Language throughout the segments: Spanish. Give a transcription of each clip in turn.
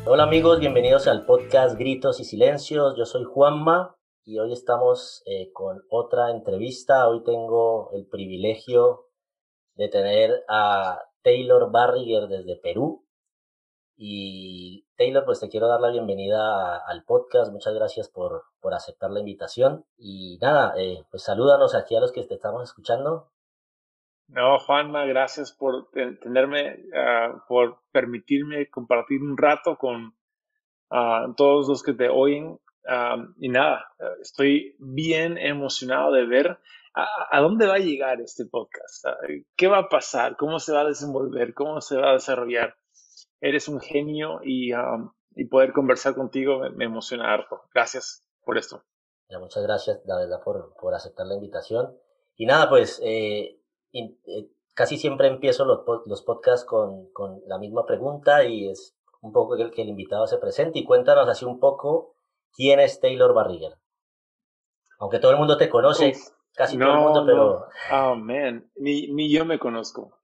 Hola amigos, bienvenidos al podcast Gritos y Silencios. Yo soy Juanma y hoy estamos con otra entrevista. Hoy tengo el privilegio de tener a Taylor Barriger desde Perú. Y Taylor, pues te quiero dar la bienvenida al podcast. Muchas gracias por aceptar la invitación. Y nada, pues salúdanos aquí a los que te estamos escuchando. No, Juanma, gracias por tenerme, por permitirme compartir un rato con todos los que te oyen. Y nada, estoy bien emocionado de ver a dónde va a llegar este podcast. ¿Qué va a pasar? ¿Cómo se va a desenvolver? ¿Cómo se va a desarrollar? Eres un genio y poder conversar contigo me emociona harto. Gracias por esto. Ya, muchas gracias, la verdad, por aceptar la invitación. Y nada, pues casi siempre empiezo los podcasts con la misma pregunta y es un poco que el invitado se presente y cuéntanos así un poco quién es Taylor Barriger. Aunque todo el mundo te Uf, conoce, casi todo el mundo, no, no. pero Oh, man, ni yo me conozco.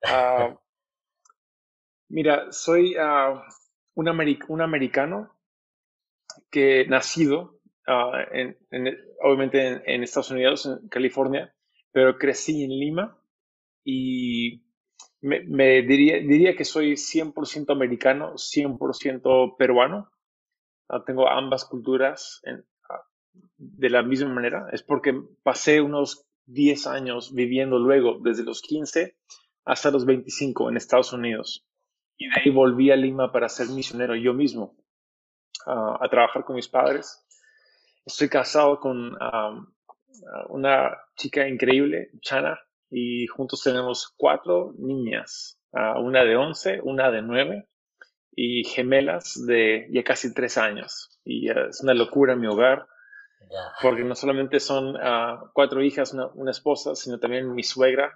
Mira, soy un americano que nacido obviamente en Estados Unidos, en California, pero crecí en Lima y diría que soy 100% americano, 100% peruano. Tengo ambas culturas de la misma manera. Es porque pasé unos 10 años viviendo luego, desde los 15 hasta los 25 en Estados Unidos. Y de ahí volví a Lima para ser misionero yo mismo, a trabajar con mis padres. Estoy casado con una chica increíble, Chana, y juntos tenemos 4 niñas, una de 11, una de 9 y gemelas de ya casi 3 años. Y es una locura mi hogar, ya. porque no solamente son 4 hijas, una esposa, sino también mi suegra,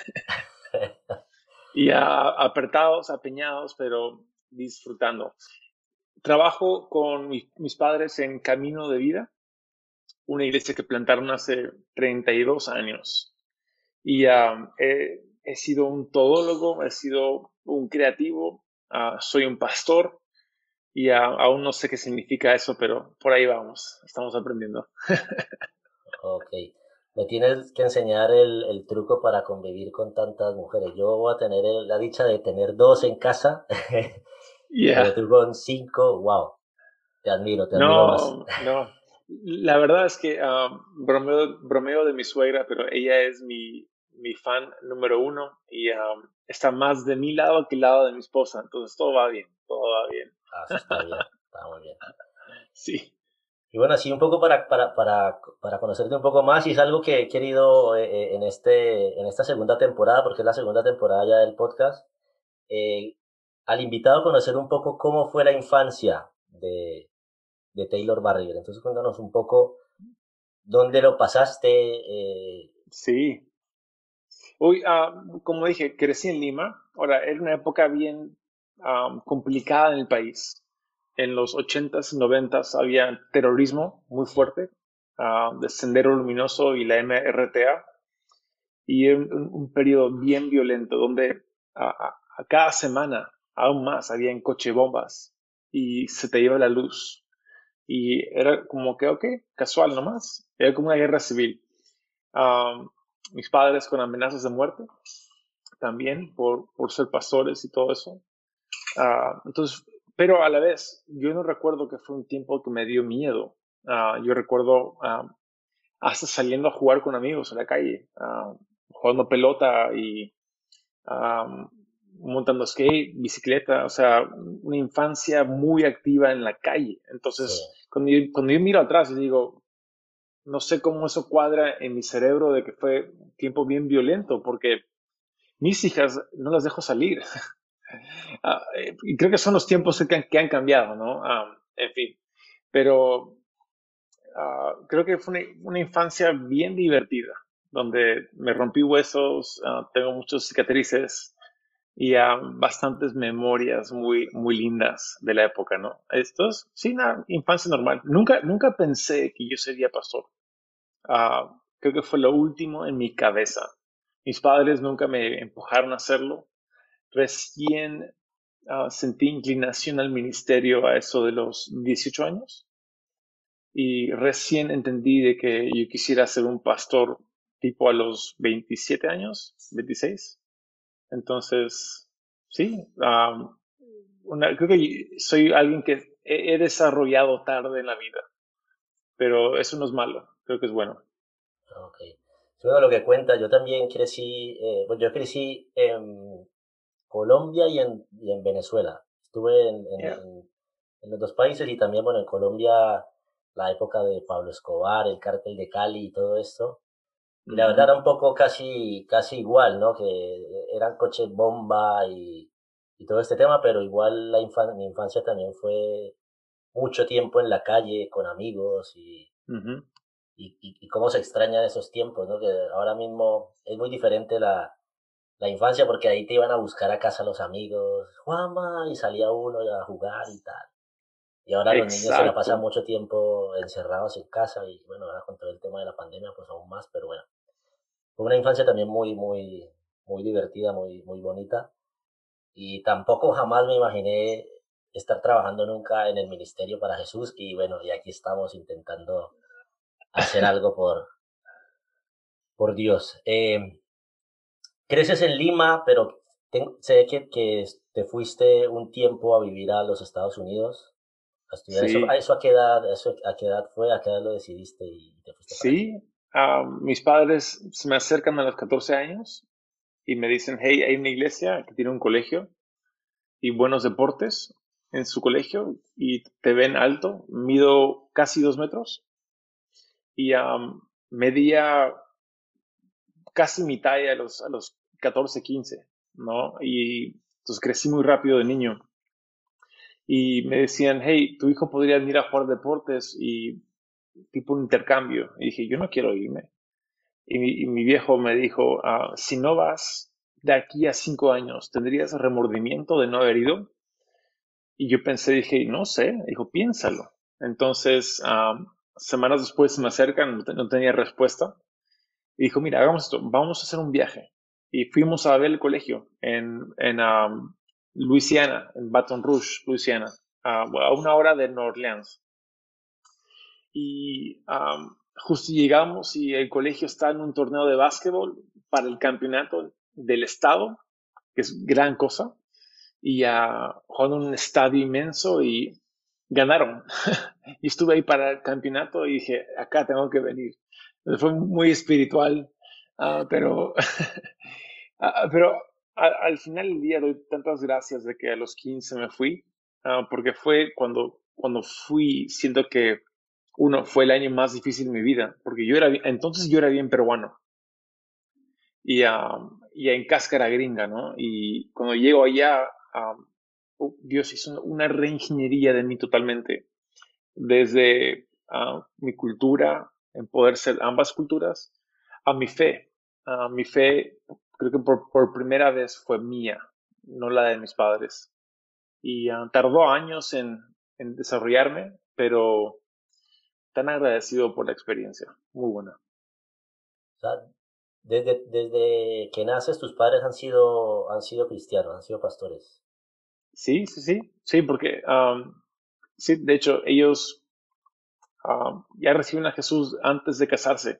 y apretados, apiñados, pero disfrutando. Trabajo con mis padres en Camino de Vida, una iglesia que plantaron hace 32 años. Y he sido un todólogo, he sido un creativo, soy un pastor y aún no sé qué significa eso, pero por ahí vamos, estamos aprendiendo. Ok. Me tienes que enseñar el truco para convivir con tantas mujeres. Yo voy a tener la dicha de tener dos en casa, Yeah. pero tú con cinco, wow, te admiro más. No, no. La verdad es que bromeo de mi suegra, pero ella es mi fan número uno y está más de mi lado que el lado de mi esposa. Entonces todo va bien, todo va bien. Ah, eso está bien, está muy bien. Sí, Y bueno, así un poco para conocerte un poco más, y es algo que he querido en esta segunda temporada, porque es la segunda temporada ya del podcast, eh, al invitado a conocer un poco cómo fue la infancia de Taylor Barriger. Entonces cuéntanos un poco dónde lo pasaste. sí. Uy, como dije, crecí en Lima. Ahora, era una época bien complicada en el país. En los 80s y 90s había terrorismo muy Sí, fuerte, de Sendero Luminoso y la MRTA. Y era un periodo bien violento donde a cada semana, aún más, habían coche bombas y se te iba la luz. Y era como que, ok, casual nomás. Era como una guerra civil. Um, Mis padres con amenazas de muerte también por ser pastores y todo eso. Entonces, pero a la vez, yo no recuerdo que fue un tiempo que me dio miedo. Yo recuerdo hasta saliendo a jugar con amigos en la calle, jugando pelota y um, montando skate, bicicleta, o sea, una infancia muy activa en la calle. sí, Entonces, cuando yo miro atrás y digo, no sé cómo eso cuadra en mi cerebro de que fue un tiempo bien violento, porque mis hijas no las dejo salir. Y creo que son los tiempos que han cambiado, ¿no? En fin, pero creo que fue una infancia bien divertida, donde me rompí huesos, tengo muchas cicatrices y bastantes memorias muy, muy lindas de la época, ¿no? Esto es, sí, una infancia normal. Nunca pensé que yo sería pastor. Creo que fue lo último en mi cabeza. Mis padres nunca me empujaron a hacerlo. Recién sentí inclinación al ministerio a eso de los 18 años y recién entendí de que yo quisiera ser un pastor tipo a los 27 años, 26. Entonces, sí, creo que soy alguien que he desarrollado tarde en la vida, pero eso no es malo, creo que es bueno. Ok. Sí, bueno, lo que cuenta, yo también crecí, pues yo crecí en Colombia y en Venezuela. Estuve Yeah. en los dos países y también, bueno, en Colombia la época de Pablo Escobar, el cártel de Cali y todo esto. Y la verdad Ujú. era un poco casi igual, ¿no? Que eran coches bomba y todo este tema, pero igual mi infancia también fue mucho tiempo en la calle con amigos Ujú. y cómo se extrañan esos tiempos, ¿no? Que ahora mismo es muy diferente la infancia porque ahí te iban a buscar a casa los amigos, Juanma, y salía uno a jugar y tal. Y ahora los niños se la pasan Exacto. mucho tiempo encerrados en casa y bueno, ahora con todo el tema de la pandemia pues aún más, pero bueno, fue una infancia también muy divertida, muy bonita y tampoco jamás me imaginé estar trabajando nunca en el ministerio para Jesús y bueno, y aquí estamos intentando hacer algo por Dios. Creces en Lima, pero sé que te fuiste un tiempo a vivir a los Estados Unidos, a estudiar eso. Sí, ¿Eso a qué edad, eso a qué edad fue? ¿A qué edad lo decidiste y te fuiste para allá? sí. Mis padres se me acercan a los 14 años y me dicen, hey, hay una iglesia que tiene un colegio y buenos deportes en su colegio y te ven alto, mido casi 2 metros y medía casi mi talla a los 14, 15, ¿no? Y entonces crecí muy rápido de niño. Y me decían, hey, tu hijo podría venir a jugar deportes y tipo un intercambio. Y dije, yo no quiero irme. Y mi viejo me dijo, si no vas de aquí a 5 años, ¿tendrías remordimiento de no haber ido? Y yo pensé, dije, no sé, dijo, piénsalo. Entonces, semanas después se me acercan, no tenía respuesta. Y dijo, mira, hagamos esto, vamos a hacer un viaje. Y fuimos a ver el colegio en Luisiana, en Baton Rouge, Luisiana, a 1 hora de Nueva Orleans. Y justo llegamos y el colegio está en un torneo de básquetbol para el campeonato del estado, que es gran cosa, y jugando en un estadio inmenso y ganaron. Y estuve ahí para el campeonato y dije, acá tengo que venir. Fue muy espiritual, pero, pero al final del día doy tantas gracias de que a los 15 me fui, porque fue cuando fui, siento que fue el año más difícil de mi vida, porque entonces yo era bien peruano y en cáscara gringa, ¿no? Y cuando llego allá, Dios hizo una reingeniería de mí totalmente, desde mi cultura, en poder ser ambas culturas, a mi fe. Mi fe, creo que por primera vez fue mía, no la de mis padres. Y tardó años en desarrollarme, pero tan agradecido por la experiencia. Muy buena. O sea, desde que naces tus padres han sido cristianos, han sido pastores. Sí, sí, sí, sí, porque sí, de hecho, ellos ya reciben a Jesús antes de casarse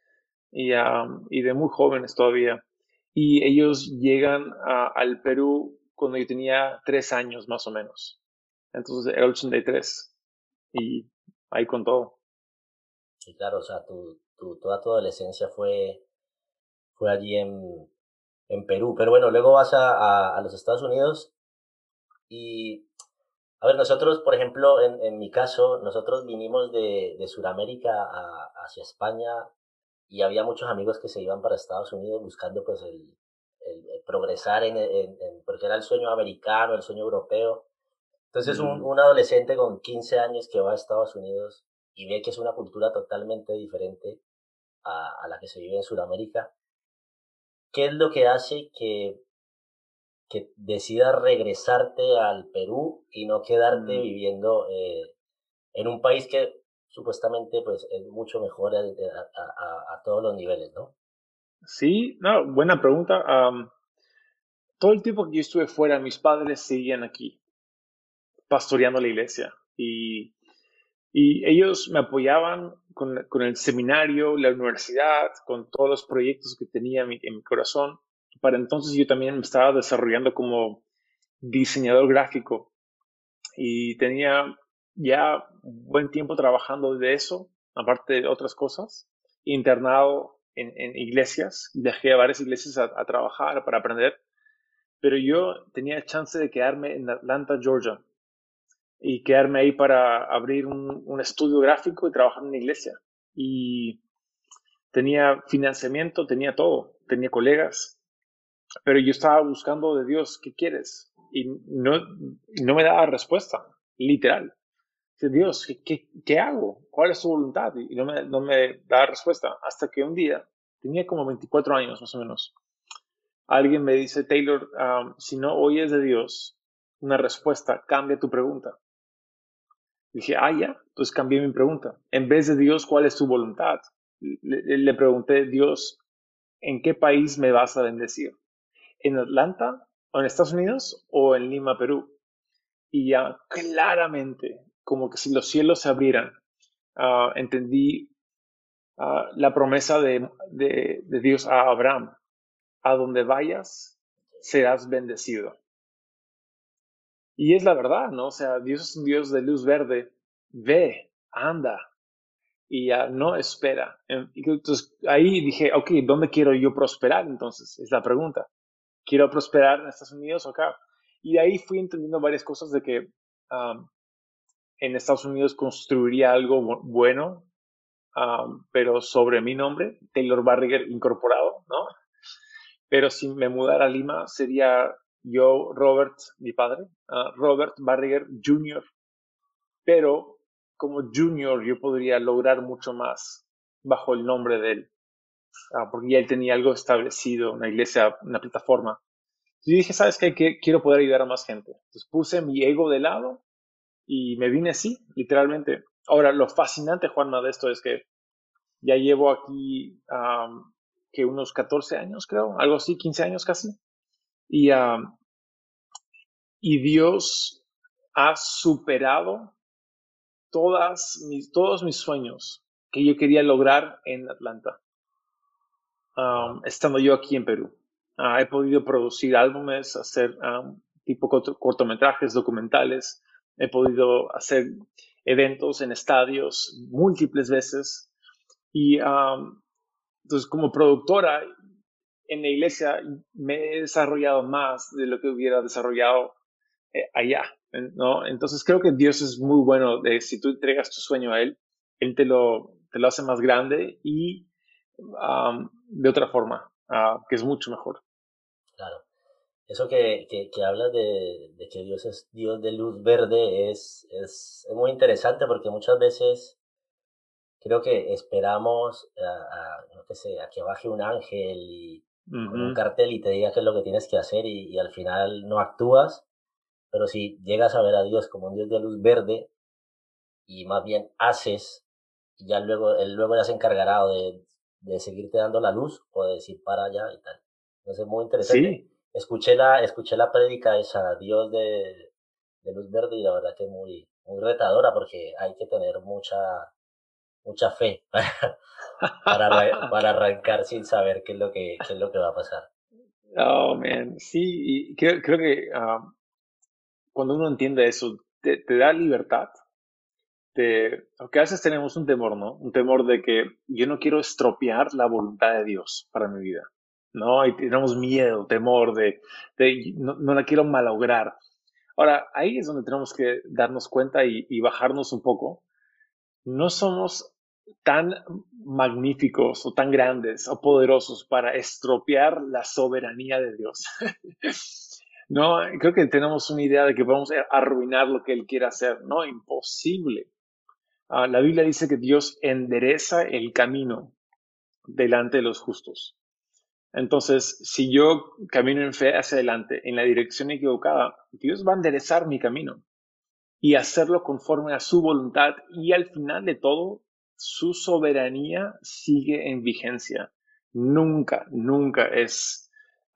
y de muy jóvenes todavía. Y ellos llegan al Perú cuando yo tenía 3 años más o menos. Entonces era el 83 y ahí con todo. Y claro, o sea, toda tu adolescencia fue allí en Perú. Pero bueno, luego vas a los Estados Unidos y, a ver, nosotros, por ejemplo, en mi caso, nosotros vinimos de Sudamérica hacia España y había muchos amigos que se iban para Estados Unidos buscando pues el progresar porque era el sueño americano, el sueño europeo. Entonces Mm, un adolescente con 15 años que va a Estados Unidos y ve que es una cultura totalmente diferente a la que se vive en Sudamérica, ¿qué es lo que hace que decidas regresarte al Perú y no quedarte mm. viviendo en un país que supuestamente pues es mucho mejor a todos los niveles, ¿no? Sí, no, buena pregunta. todo el tiempo que yo estuve fuera, mis padres seguían aquí, pastoreando la iglesia. Y ellos me apoyaban con el seminario, la universidad, con todos los proyectos que tenía en mi corazón. Para entonces yo también me estaba desarrollando como diseñador gráfico y tenía ya buen tiempo trabajando de eso, aparte de otras cosas, internado en iglesias, viajé a varias iglesias a trabajar para aprender, pero yo tenía chance de quedarme en Atlanta, Georgia, y quedarme ahí para abrir un estudio gráfico y trabajar en una iglesia. Y tenía financiamiento, tenía todo, tenía colegas, pero yo estaba buscando de Dios, ¿qué quieres? Y no me daba respuesta, literal. Dios, ¿qué hago? ¿Cuál es tu voluntad? Y no me daba respuesta. Hasta que un día, tenía como 24 años más o menos, alguien me dice, Taylor, si no oyes de Dios una respuesta, cambia tu pregunta. Dije, ya, entonces cambié mi pregunta. En vez de Dios, ¿cuál es tu voluntad? Le pregunté, Dios, ¿en qué país me vas a bendecir? ¿En Atlanta o en Estados Unidos o en Lima, Perú? Y ya claramente, como que si los cielos se abrieran, entendí la promesa de Dios a Abraham. A donde vayas, serás bendecido. Y es la verdad, ¿no? O sea, Dios es un Dios de luz verde. Ve, anda, y ya no espera. Entonces ahí dije, ok, ¿dónde quiero yo prosperar? Entonces es la pregunta. ¿Quiero prosperar en Estados Unidos o acá? Y de ahí fui entendiendo varias cosas de que en Estados Unidos construiría algo bueno, pero sobre mi nombre, Taylor Barriger Incorporado, ¿no? Pero si me mudara a Lima sería yo, Robert, mi padre, Robert Barriger Jr., pero como junior yo podría lograr mucho más bajo el nombre de él, porque ya él tenía algo establecido, una iglesia, una plataforma. Y dije, ¿sabes qué? Que quiero poder ayudar a más gente. Entonces puse mi ego de lado y me vine así, literalmente. Ahora, lo fascinante, Juanma, de esto es que ya llevo aquí que unos 14 años, creo, algo así, 15 años casi. Y, y Dios ha superado todos mis sueños que yo quería lograr en Atlanta, Wow, estando yo aquí en Perú. He podido producir álbumes, hacer tipo cortometrajes, documentales, he podido hacer eventos en estadios múltiples veces y entonces como productora en la iglesia me he desarrollado más de lo que hubiera desarrollado allá, ¿no? Entonces creo que Dios es muy bueno de si tú entregas tu sueño a Él, Él te lo hace más grande y de otra forma, que es mucho mejor. claro. Eso que hablas de que Dios es Dios de luz verde es muy interesante porque muchas veces creo que esperamos no qué sé, a que baje un ángel y con un Ujú. cartel y te diga qué es lo que tienes que hacer y al final no actúas, pero si llegas a ver a Dios como un Dios de luz verde y más bien haces, y ya luego, él luego ya se encargará de seguirte dando la luz o de decir para allá y tal. Entonces, muy interesante. Sí, Escuché la prédica esa, Dios de luz verde, y la verdad que es muy retadora porque hay que tener mucha fe para arrancar sin saber qué es lo que va a pasar. oh man, sí, y creo que cuando uno entiende eso, te da libertad. Porque a veces tenemos un temor, ¿no? Un temor de que yo no quiero estropear la voluntad de Dios para mi vida, ¿no? Y tenemos miedo, temor de no la quiero malograr. Ahora, ahí es donde tenemos que darnos cuenta y bajarnos un poco. No somos tan magníficos o tan grandes o poderosos para estropear la soberanía de Dios. No, creo que tenemos una idea de que podemos arruinar lo que Él quiere hacer. No, imposible. La Biblia dice que Dios endereza el camino delante de los justos. Entonces, si yo camino en fe hacia adelante, en la dirección equivocada, Dios va a enderezar mi camino y hacerlo conforme a su voluntad y al final de todo, su soberanía sigue en vigencia. Nunca, nunca es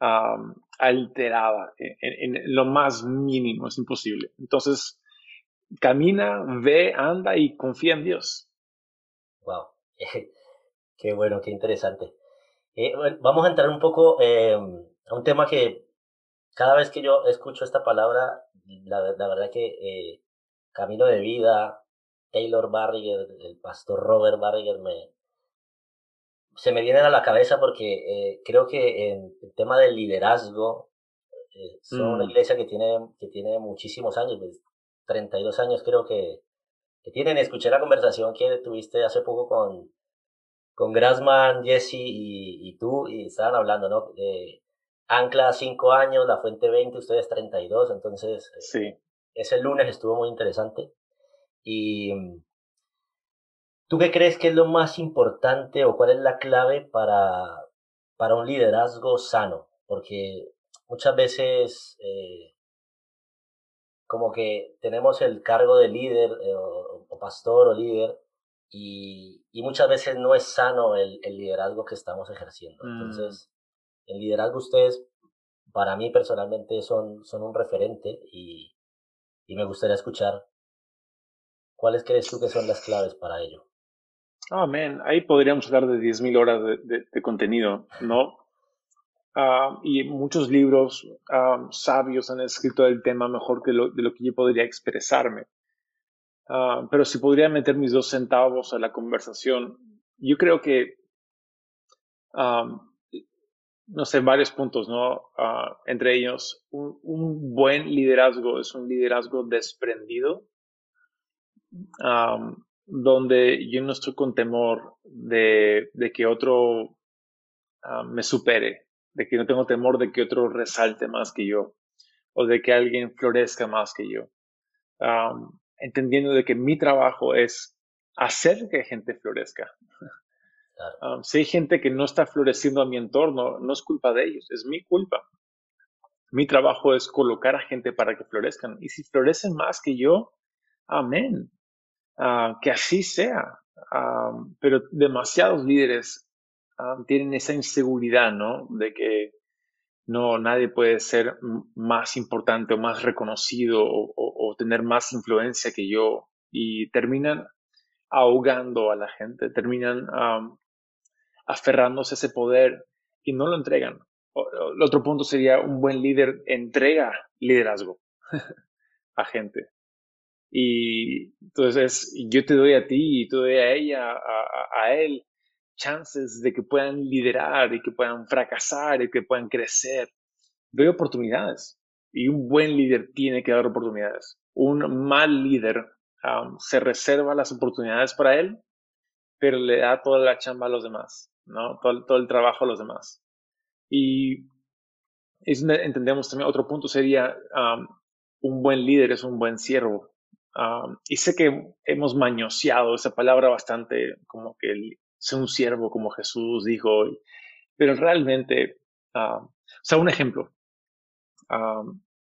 alterada en lo más mínimo, es imposible. Entonces, camina, ve, anda y confía en Dios. Wow, qué bueno, qué interesante. Bueno, vamos a entrar un poco a un tema que cada vez que yo escucho esta palabra, la verdad que Camino de Vida, Taylor Barriger, el pastor Robert Barriger, se me vienen a la cabeza porque creo que en el tema del liderazgo, son una Mm, iglesia que tiene muchísimos años, pues, 32 años creo que tienen. Escuché la conversación que tuviste hace poco con Grassman, Jesse y tú, y estaban hablando, ¿no? Ancla 5 años, La Fuente 20, ustedes 32, entonces sí. ese lunes estuvo muy interesante. ¿Y tú qué crees que es lo más importante o cuál es la clave para un liderazgo sano? Porque muchas veces como que tenemos el cargo de líder o pastor o líder y muchas veces no es sano el liderazgo que estamos ejerciendo. Mm. Entonces, el liderazgo ustedes, para mí personalmente, son un referente y me gustaría escuchar cuáles crees tú que son las claves para ello. Man, ahí podríamos hablar de 10.000 horas de contenido, ¿no? Y muchos libros sabios han escrito del tema mejor de lo que yo podría expresarme. Pero si podría meter mis 2 centavos a la conversación, yo creo que, um, no sé, varios puntos, ¿no? Entre ellos, un buen liderazgo es un liderazgo desprendido, donde yo no estoy con temor de que otro me supere, de que no tengo temor de que otro resalte más que yo o de que alguien florezca más que yo. Entendiendo de que mi trabajo es hacer que gente florezca. Claro, Si hay gente que no está floreciendo a mi entorno, no es culpa de ellos, es mi culpa. Mi trabajo es colocar a gente para que florezcan. Y si florecen más que yo, amén. Que así sea. Pero demasiados líderes tienen esa inseguridad, ¿no? De que no, nadie puede ser más importante o más reconocido o tener más influencia que yo. Y terminan ahogando a la gente, terminan aferrándose a ese poder y no lo entregan. El otro punto sería un buen líder entrega liderazgo a gente. Y entonces yo te doy a ti y te doy a ella, a él, chances de que puedan liderar y que puedan fracasar y que puedan crecer. Doy oportunidades y un buen líder tiene que dar oportunidades. Un mal líder se reserva las oportunidades para él, pero le da toda la chamba a los demás, ¿no? Todo el trabajo a los demás. Y es donde entendemos también, otro punto sería, un buen líder es un buen siervo. Y sé que hemos mañoseado esa palabra bastante, como que ser un siervo, como Jesús dijo, pero realmente, o sea, un ejemplo. Um,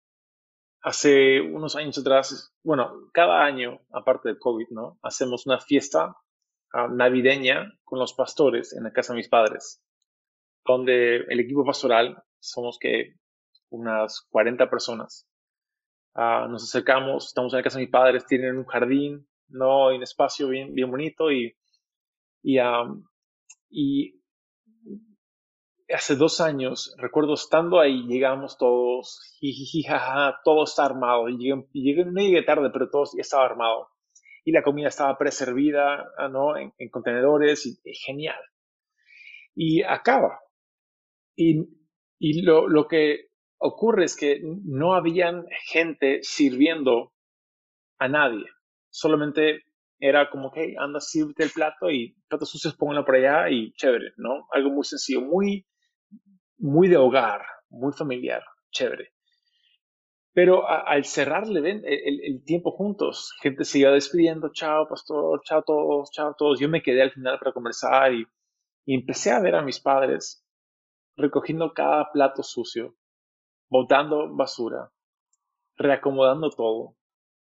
Hace unos años atrás, bueno, cada año, aparte del COVID, ¿no? Hacemos una fiesta navideña con los pastores en la casa de mis padres, donde el equipo pastoral somos que unas 40 personas. Nos acercamos, estamos en la casa de mis padres, tienen un jardín, ¿no? Y un espacio bien, bien bonito y, y hace 2 años, recuerdo estando ahí, llegamos todos, jijiji, jaja, todo está armado. No llegué tarde, pero todo ya estaba armado. Y la comida estaba preservida, ¿no? En contenedores, y genial. Y acaba. Y, y lo que ocurre es que no habían gente sirviendo a nadie. Solamente era como que, anda, sírvete el plato y platos sucios pónganlo por allá y chévere, ¿no? Algo muy sencillo, muy de hogar, muy familiar, chévere. Pero al cerrar el tiempo juntos, gente se iba despidiendo, chao pastor, chao todos, chao todos. Yo me quedé al final para conversar y empecé a ver a mis padres recogiendo cada plato sucio, botando basura, reacomodando todo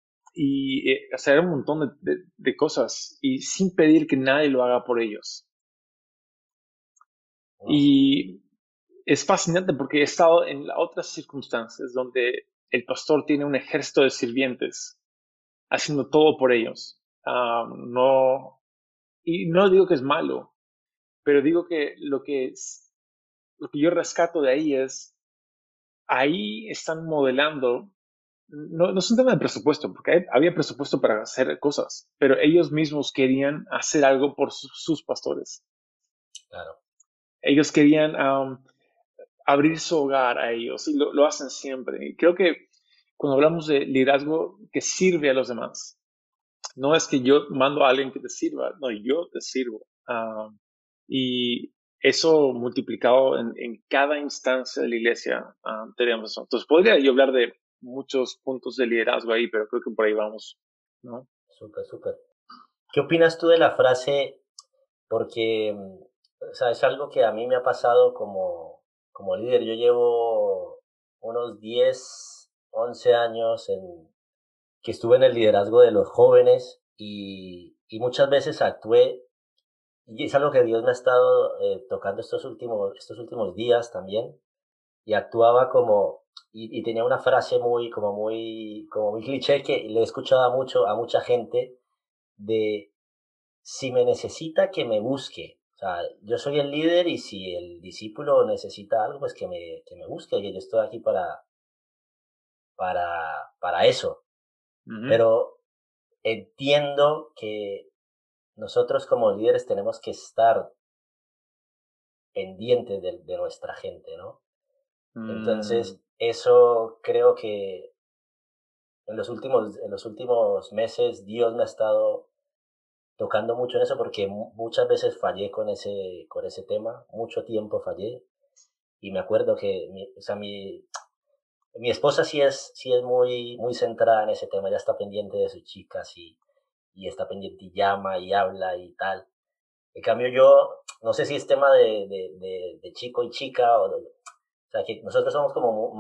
y hacer un montón de cosas y sin pedir que nadie lo haga por ellos. wow, Y es fascinante porque he estado en otras circunstancias donde el pastor tiene un ejército de sirvientes haciendo todo por ellos. No, y no digo que es malo, pero digo que lo que yo rescato de ahí es, ahí están modelando, no es un tema de presupuesto, porque había presupuesto para hacer cosas, pero ellos mismos querían hacer algo por sus pastores. Claro. Ellos querían abrir su hogar a ellos y lo hacen siempre. Y creo que cuando hablamos de liderazgo que sirve a los demás, no es que yo mando a alguien que te sirva, no, yo te sirvo. Y eso multiplicado en cada instancia de la iglesia, tenemos eso. Entonces, podría yo hablar de muchos puntos de liderazgo ahí, pero creo que por ahí vamos, ¿no? Súper, súper. ¿Qué opinas tú de la frase? Porque, o sea, es algo que a mí me ha pasado como líder. Yo llevo unos 10 11 años que estuve en el liderazgo de los jóvenes y muchas veces actué, y es algo que Dios me ha estado tocando estos últimos días también, y actuaba y tenía una frase como muy cliché que le he escuchado a mucha gente de si me necesita, que me busque. O sea, yo soy el líder y si el discípulo necesita algo, pues que me busque, que yo estoy aquí para eso. Ujú. Pero entiendo que nosotros como líderes tenemos que estar pendientes de nuestra gente, ¿no? Mm, Entonces, eso creo que en los últimos meses Dios me ha estado tocando mucho en eso porque muchas veces fallé con ese tema, mucho tiempo fallé. Y me acuerdo que o sea, mi esposa sí es muy centrada en ese tema, ya está pendiente de sus chicas y está pendiente y llama y habla y tal. En cambio yo, no sé si es tema de chico y chica, o sea, que nosotros somos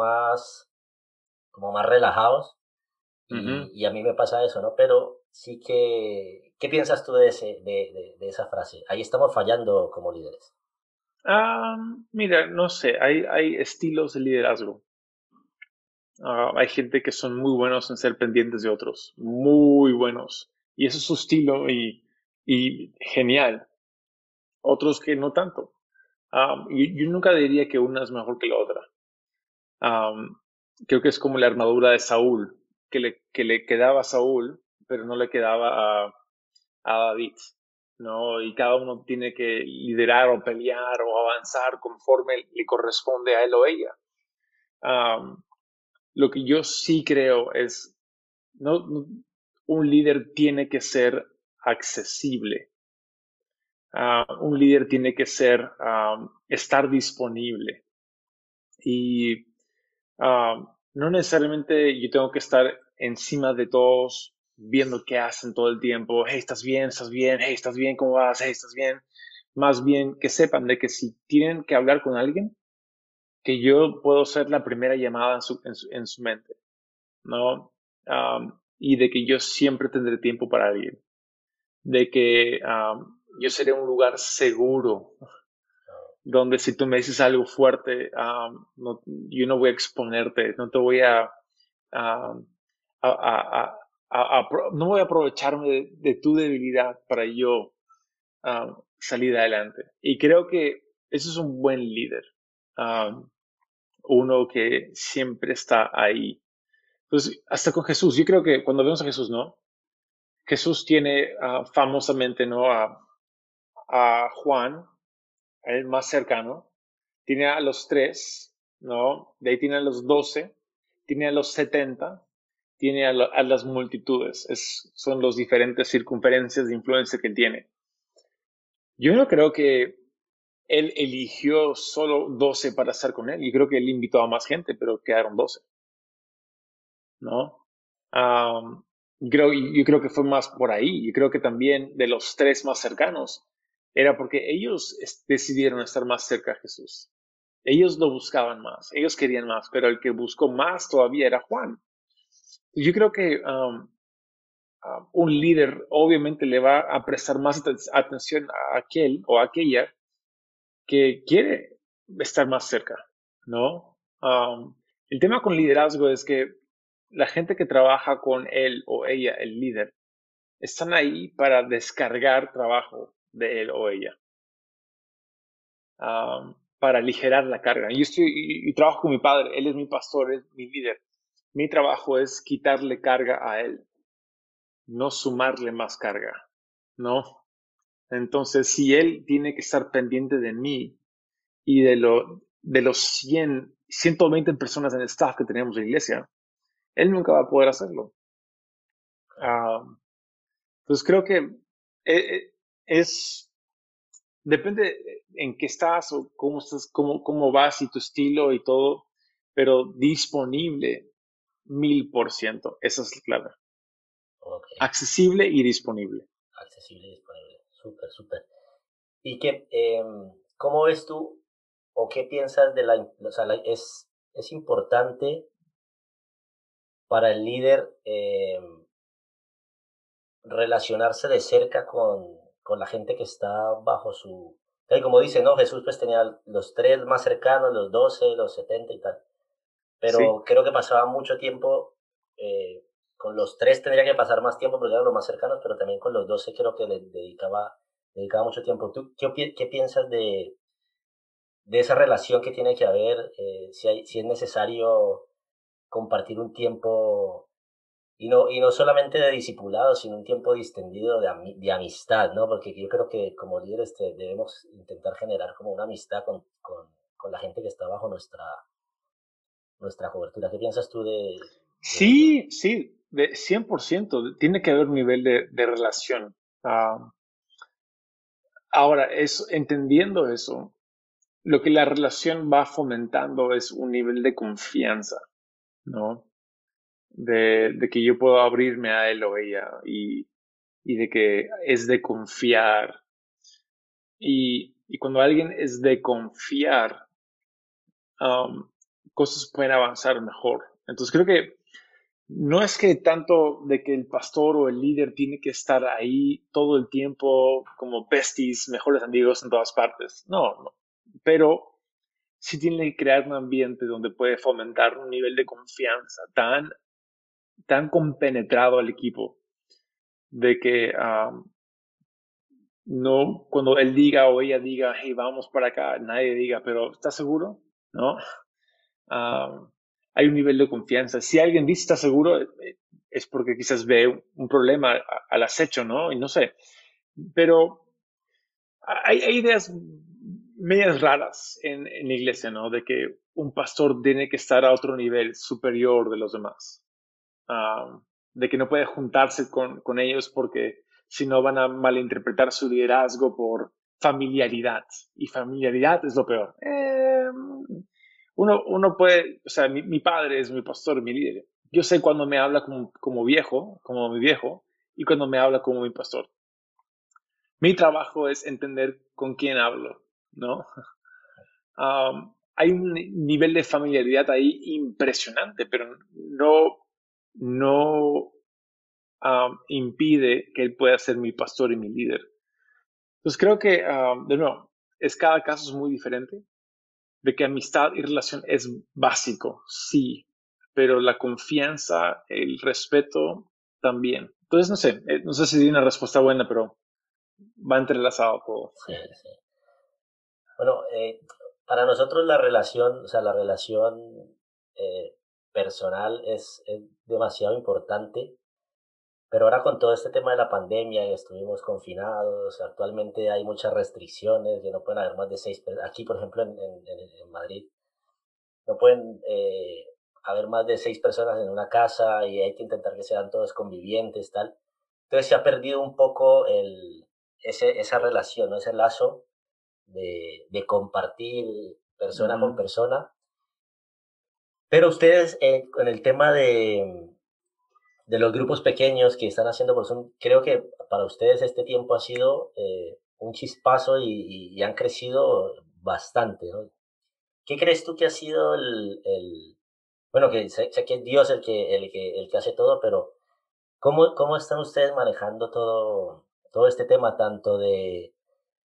como más relajados ujú. y a mí me pasa eso, ¿no? Pero sí que, ¿qué piensas tú de esa frase? Ahí estamos fallando como líderes. Ah, mira, no sé, hay estilos de liderazgo. Hay gente que son muy buenos en ser pendientes de otros, muy buenos. Y ese es su estilo y genial. Otros que no tanto. Yo nunca diría que una es mejor que la otra. Um, Creo que es como la armadura de Saúl, que le quedaba a Saúl, pero no le quedaba a David, ¿no? Y cada uno tiene que liderar o pelear o avanzar conforme le corresponde a él o ella. Um, lo que yo sí creo es, no, un líder tiene que ser accesible. Un líder tiene que estar disponible. Y no necesariamente yo tengo que estar encima de todos viendo qué hacen todo el tiempo. Hey, ¿estás bien? ¿Estás bien? Hey, ¿estás bien? ¿Cómo vas? Hey, ¿estás bien? Más bien que sepan de que si tienen que hablar con alguien, que yo puedo ser la primera llamada en su mente, ¿no? Y de que yo siempre tendré tiempo para alguien. De que yo seré un lugar seguro donde si tú me dices algo fuerte, yo no voy a exponerte, no te voy a, no voy a aprovecharme de tu debilidad para yo salir adelante. Y creo que eso es un buen líder, um, uno que siempre está ahí. Entonces, hasta con Jesús, yo creo que cuando vemos a Jesús, ¿no? Jesús tiene famosamente, ¿no? A Juan, el más cercano, tiene a los tres, ¿no? De ahí tiene a los 12, tiene a los 70, tiene a las multitudes. Son las diferentes circunferencias de influencia que tiene. Yo no creo que él eligió solo 12 para estar con él. Yo creo que él invitó a más gente, pero quedaron 12, ¿no? Um, yo creo que fue más por ahí. Yo creo que también de los tres más cercanos era porque ellos decidieron estar más cerca de Jesús. Ellos lo buscaban más, ellos querían más, pero el que buscó más todavía era Juan. Yo creo que un líder obviamente le va a prestar más atención a aquel o a aquella que quiere. estar más cerca, ¿no? El tema con liderazgo es que la gente que trabaja con él o ella, el líder, están ahí para descargar trabajo de él o ella, para aligerar la carga. Yo y trabajo con mi padre, él es mi pastor, es mi líder. Mi trabajo es quitarle carga a él, no sumarle más carga, ¿no? Entonces, si él tiene que estar pendiente de mí y de los 120 personas en el staff que tenemos en la iglesia, él nunca va a poder hacerlo. Ah, entonces, creo que es, depende en qué estás, cómo vas y tu estilo y todo, pero disponible 1000%. Esa es la clave. Ok, Accesible y disponible. accesible y disponible. Súper, súper. ¿Y cómo ves tú o qué piensas de o sea, es importante para el líder relacionarse de cerca con la gente que está bajo su... Y como dice, ¿no? Jesús pues tenía los tres más cercanos, los 12, los 70 y tal. Sí, Pero creo que pasaba mucho tiempo, eh, con los tres tendría que pasar más tiempo porque eran los más cercanos, pero también con los 12 creo que le dedicaba mucho tiempo. ¿Tú qué piensas de esa relación que tiene que haber, si es necesario compartir un tiempo y no solamente de discipulado, sino un tiempo distendido de amistad, ¿no? Porque yo creo que como líderes debemos intentar generar como una amistad con la gente que está bajo nuestra cobertura. ¿Qué piensas tú de eso? sí, sí, de 100%. Tiene que haber un nivel de relación. Ah, ahora, entendiendo eso, lo que la relación va fomentando es un nivel de confianza, ¿no? De que yo puedo abrirme a él o ella y de que es de confiar. Y cuando alguien es de confiar, um, cosas pueden avanzar mejor. Entonces creo que no es que tanto de que el pastor o el líder tiene que estar ahí todo el tiempo como besties, mejores amigos en todas partes. No, no. Pero sí tiene que crear un ambiente donde puede fomentar un nivel de confianza tan compenetrado al equipo de que no, cuando él diga o ella diga, hey, vamos para acá, nadie diga, pero ¿estás seguro? ¿No? Um, hay un nivel de confianza. Si alguien dice está seguro, es porque quizás ve un problema al acecho, ¿no? Y no sé. Pero hay ideas medias raras en la iglesia, ¿no? De que un pastor tiene que estar a otro nivel superior de los demás. De que no puede juntarse con ellos porque si no van a malinterpretar su liderazgo por familiaridad. Y familiaridad es lo peor. Uno puede, o sea, mi padre es mi pastor, mi líder. Yo sé cuando me habla como viejo, como mi viejo, y cuando me habla como mi pastor. Mi trabajo es entender con quién hablo, ¿no? Hay un nivel de familiaridad ahí impresionante, pero no impide que él pueda ser mi pastor y mi líder. Entonces creo que, de nuevo, cada caso es muy diferente, de que amistad y relación es básico, sí, pero la confianza, el respeto también. Entonces, no sé si di una respuesta buena, pero va entrelazado todo. Sí, sí. Bueno, para nosotros la relación, o sea, la relación eh, personal es demasiado importante. Pero ahora con todo este tema de la pandemia y estuvimos confinados, actualmente hay muchas restricciones, que no pueden haber más de aquí por ejemplo en Madrid, no pueden haber más de 6 personas en una casa y hay que intentar que sean todos convivientes, tal. Entonces se ha perdido un poco esa relación, ¿no? Ese lazo de compartir persona con Ujú. persona. Pero ustedes, con el tema de los grupos pequeños que están haciendo por Zoom, creo que para ustedes este tiempo ha sido un chispazo y han crecido bastante, ¿no? ¿Qué crees tú que ha sido bueno, que sé que es Dios el que hace todo, pero ¿cómo están ustedes manejando todo este tema, tanto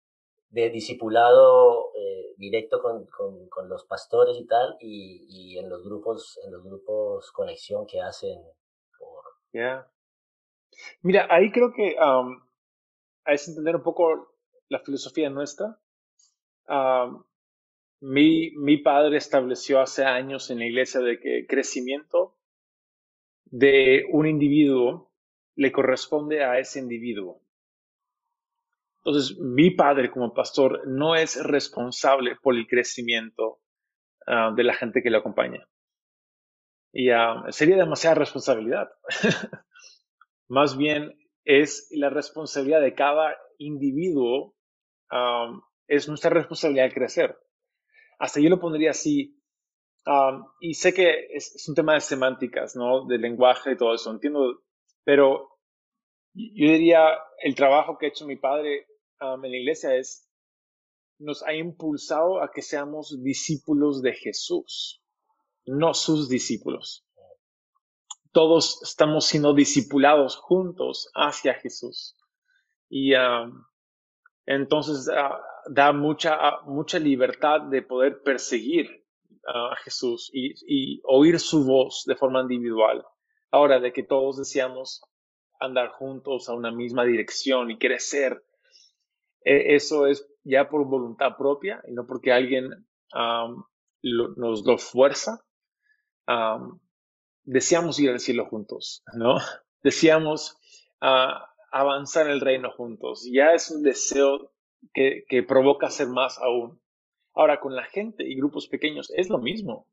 de discipulado directo con los pastores y tal, y en los grupos conexión que hacen por... Yeah. Mira, ahí creo que es entender un poco la filosofía nuestra. Um, mi padre estableció hace años en la iglesia de que crecimiento de un individuo le corresponde a ese individuo. Entonces, mi padre como pastor no es responsable por el crecimiento de la gente que lo acompaña. Y sería demasiada responsabilidad. Más bien es la responsabilidad de cada individuo, es nuestra responsabilidad crecer. Hasta yo lo pondría así, y sé que es un tema de semánticas, ¿no? De lenguaje y todo eso, entiendo, pero yo diría, el trabajo que ha hecho mi padre en la iglesia nos ha impulsado a que seamos discípulos de Jesús, no sus discípulos. Todos estamos siendo discipulados juntos hacia Jesús. Y entonces da mucha libertad de poder perseguir a Jesús y oír su voz de forma individual. Ahora, de que todos deseamos andar juntos a una misma dirección y crecer, eso es ya por voluntad propia y no porque alguien nos lo fuerza. Um, Deseamos ir al cielo juntos, ¿no? Deseamos avanzar en el reino juntos. Ya es un deseo que provoca hacer más aún. Ahora, con la gente y grupos pequeños es lo mismo.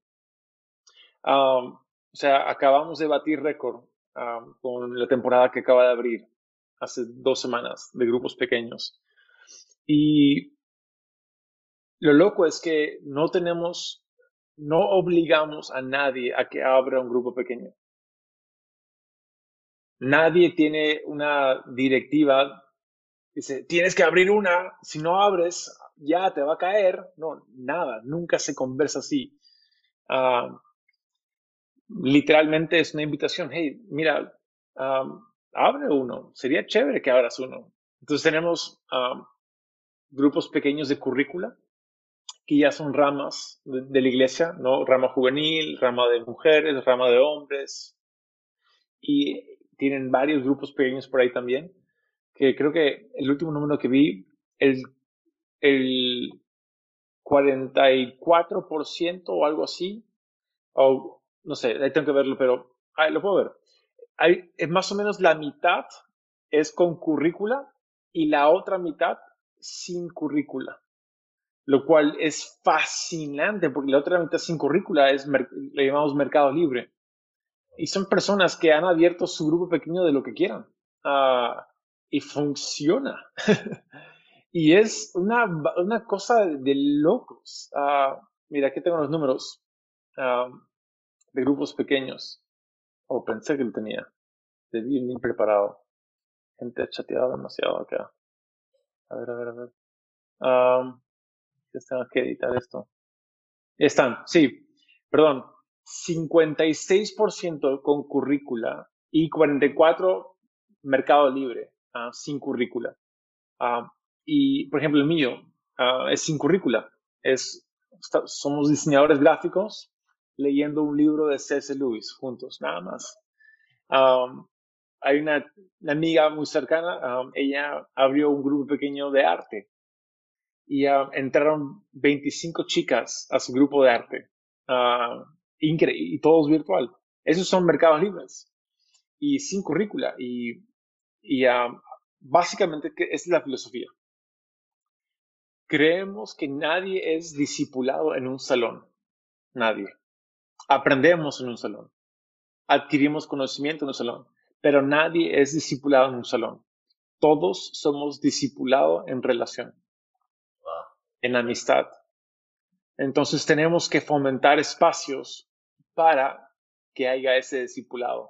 O sea, acabamos de batir récord con la temporada que acaba de abrir hace 2 semanas de grupos pequeños. Y lo loco es que no obligamos a nadie a que abra un grupo pequeño. Nadie tiene una directiva, dice, tienes que abrir una, si no abres, ya te va a caer. No, nada, nunca se conversa así. Uh, Literalmente es una invitación, hey, mira, abre uno, sería chévere que abras uno. Entonces tenemos grupos pequeños de currícula, que ya son ramas de la iglesia, ¿no? Rama juvenil, rama de mujeres, rama de hombres, y tienen varios grupos pequeños por ahí también, que creo que el último número que vi, el 44% o algo así, o no sé, ahí tengo que verlo, pero lo puedo ver. Es más o menos la mitad es con currícula y la otra mitad sin currícula, lo cual es fascinante porque la otra mitad sin currícula le llamamos mercado libre. Y son personas que han abierto su grupo pequeño de lo que quieran. Y funciona. Y es una cosa de locos. Mira, aquí tengo los números de grupos pequeños. O pensé que lo tenía. Debí ir bien preparado. Gente ha chateado demasiado acá. A ver, a ver, a ver. Tengo que editar esto. Ya están, sí. Perdón. 56% con currícula y 44% mercado libre, sin currícula. Y, por ejemplo, el mío es sin currícula. Somos diseñadores gráficos leyendo un libro de C.S. Lewis juntos, nada más. Hay una amiga muy cercana, ella abrió un grupo pequeño de arte y entraron 25 chicas a su grupo de arte. Y todos virtual. Esos son mercados libres y sin currícula. Y básicamente es la filosofía. Creemos que nadie es discipulado en un salón. Nadie. Aprendemos en un salón. Adquirimos conocimiento en un salón. Pero nadie es discipulado en un salón. Todos somos discipulados en relación, en amistad. Entonces tenemos que fomentar espacios para que haya ese discipulado.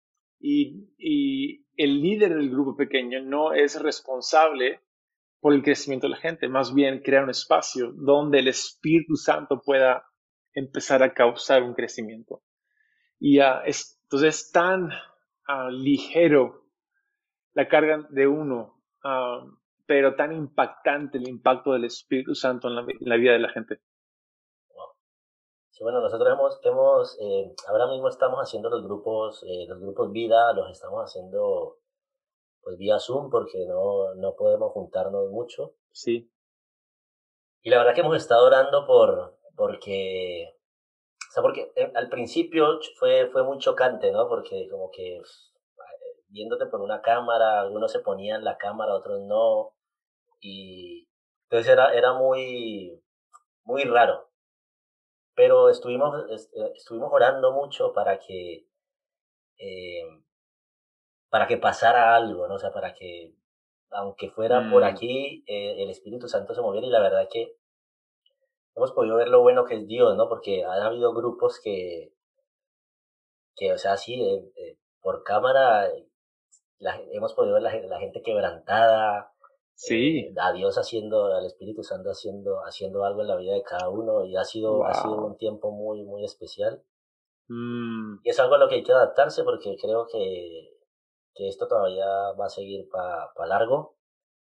Y el líder del grupo pequeño no es responsable por el crecimiento de la gente, más bien crear un espacio donde el Espíritu Santo pueda empezar a causar un crecimiento. Y entonces es tan ligero la carga de uno, pero tan impactante el impacto del Espíritu Santo en la vida de la gente. Wow. Sí, bueno, nosotros ahora mismo estamos haciendo los grupos vida, los estamos haciendo pues vía Zoom porque no podemos juntarnos mucho. Sí. Y la verdad que hemos estado orando porque, o sea, porque al principio fue muy chocante, ¿no? Porque como que viéndote por una cámara, algunos se ponían la cámara, otros no, y entonces era muy raro. Pero estuvimos orando mucho eh, para que pasara algo, ¿no? O sea, para que, aunque fuera por Mm, aquí, el Espíritu Santo se moviera y la verdad que hemos podido ver lo bueno que es Dios, ¿no? Porque han habido grupos que o sea, sí, por cámara hemos podido ver la gente quebrantada, sí. a Dios al Espíritu Santo haciendo algo en la vida de cada uno y ha sido un Wow. tiempo muy especial. Mm, Y es algo a lo que hay que adaptarse porque creo que esto todavía va a seguir para largo.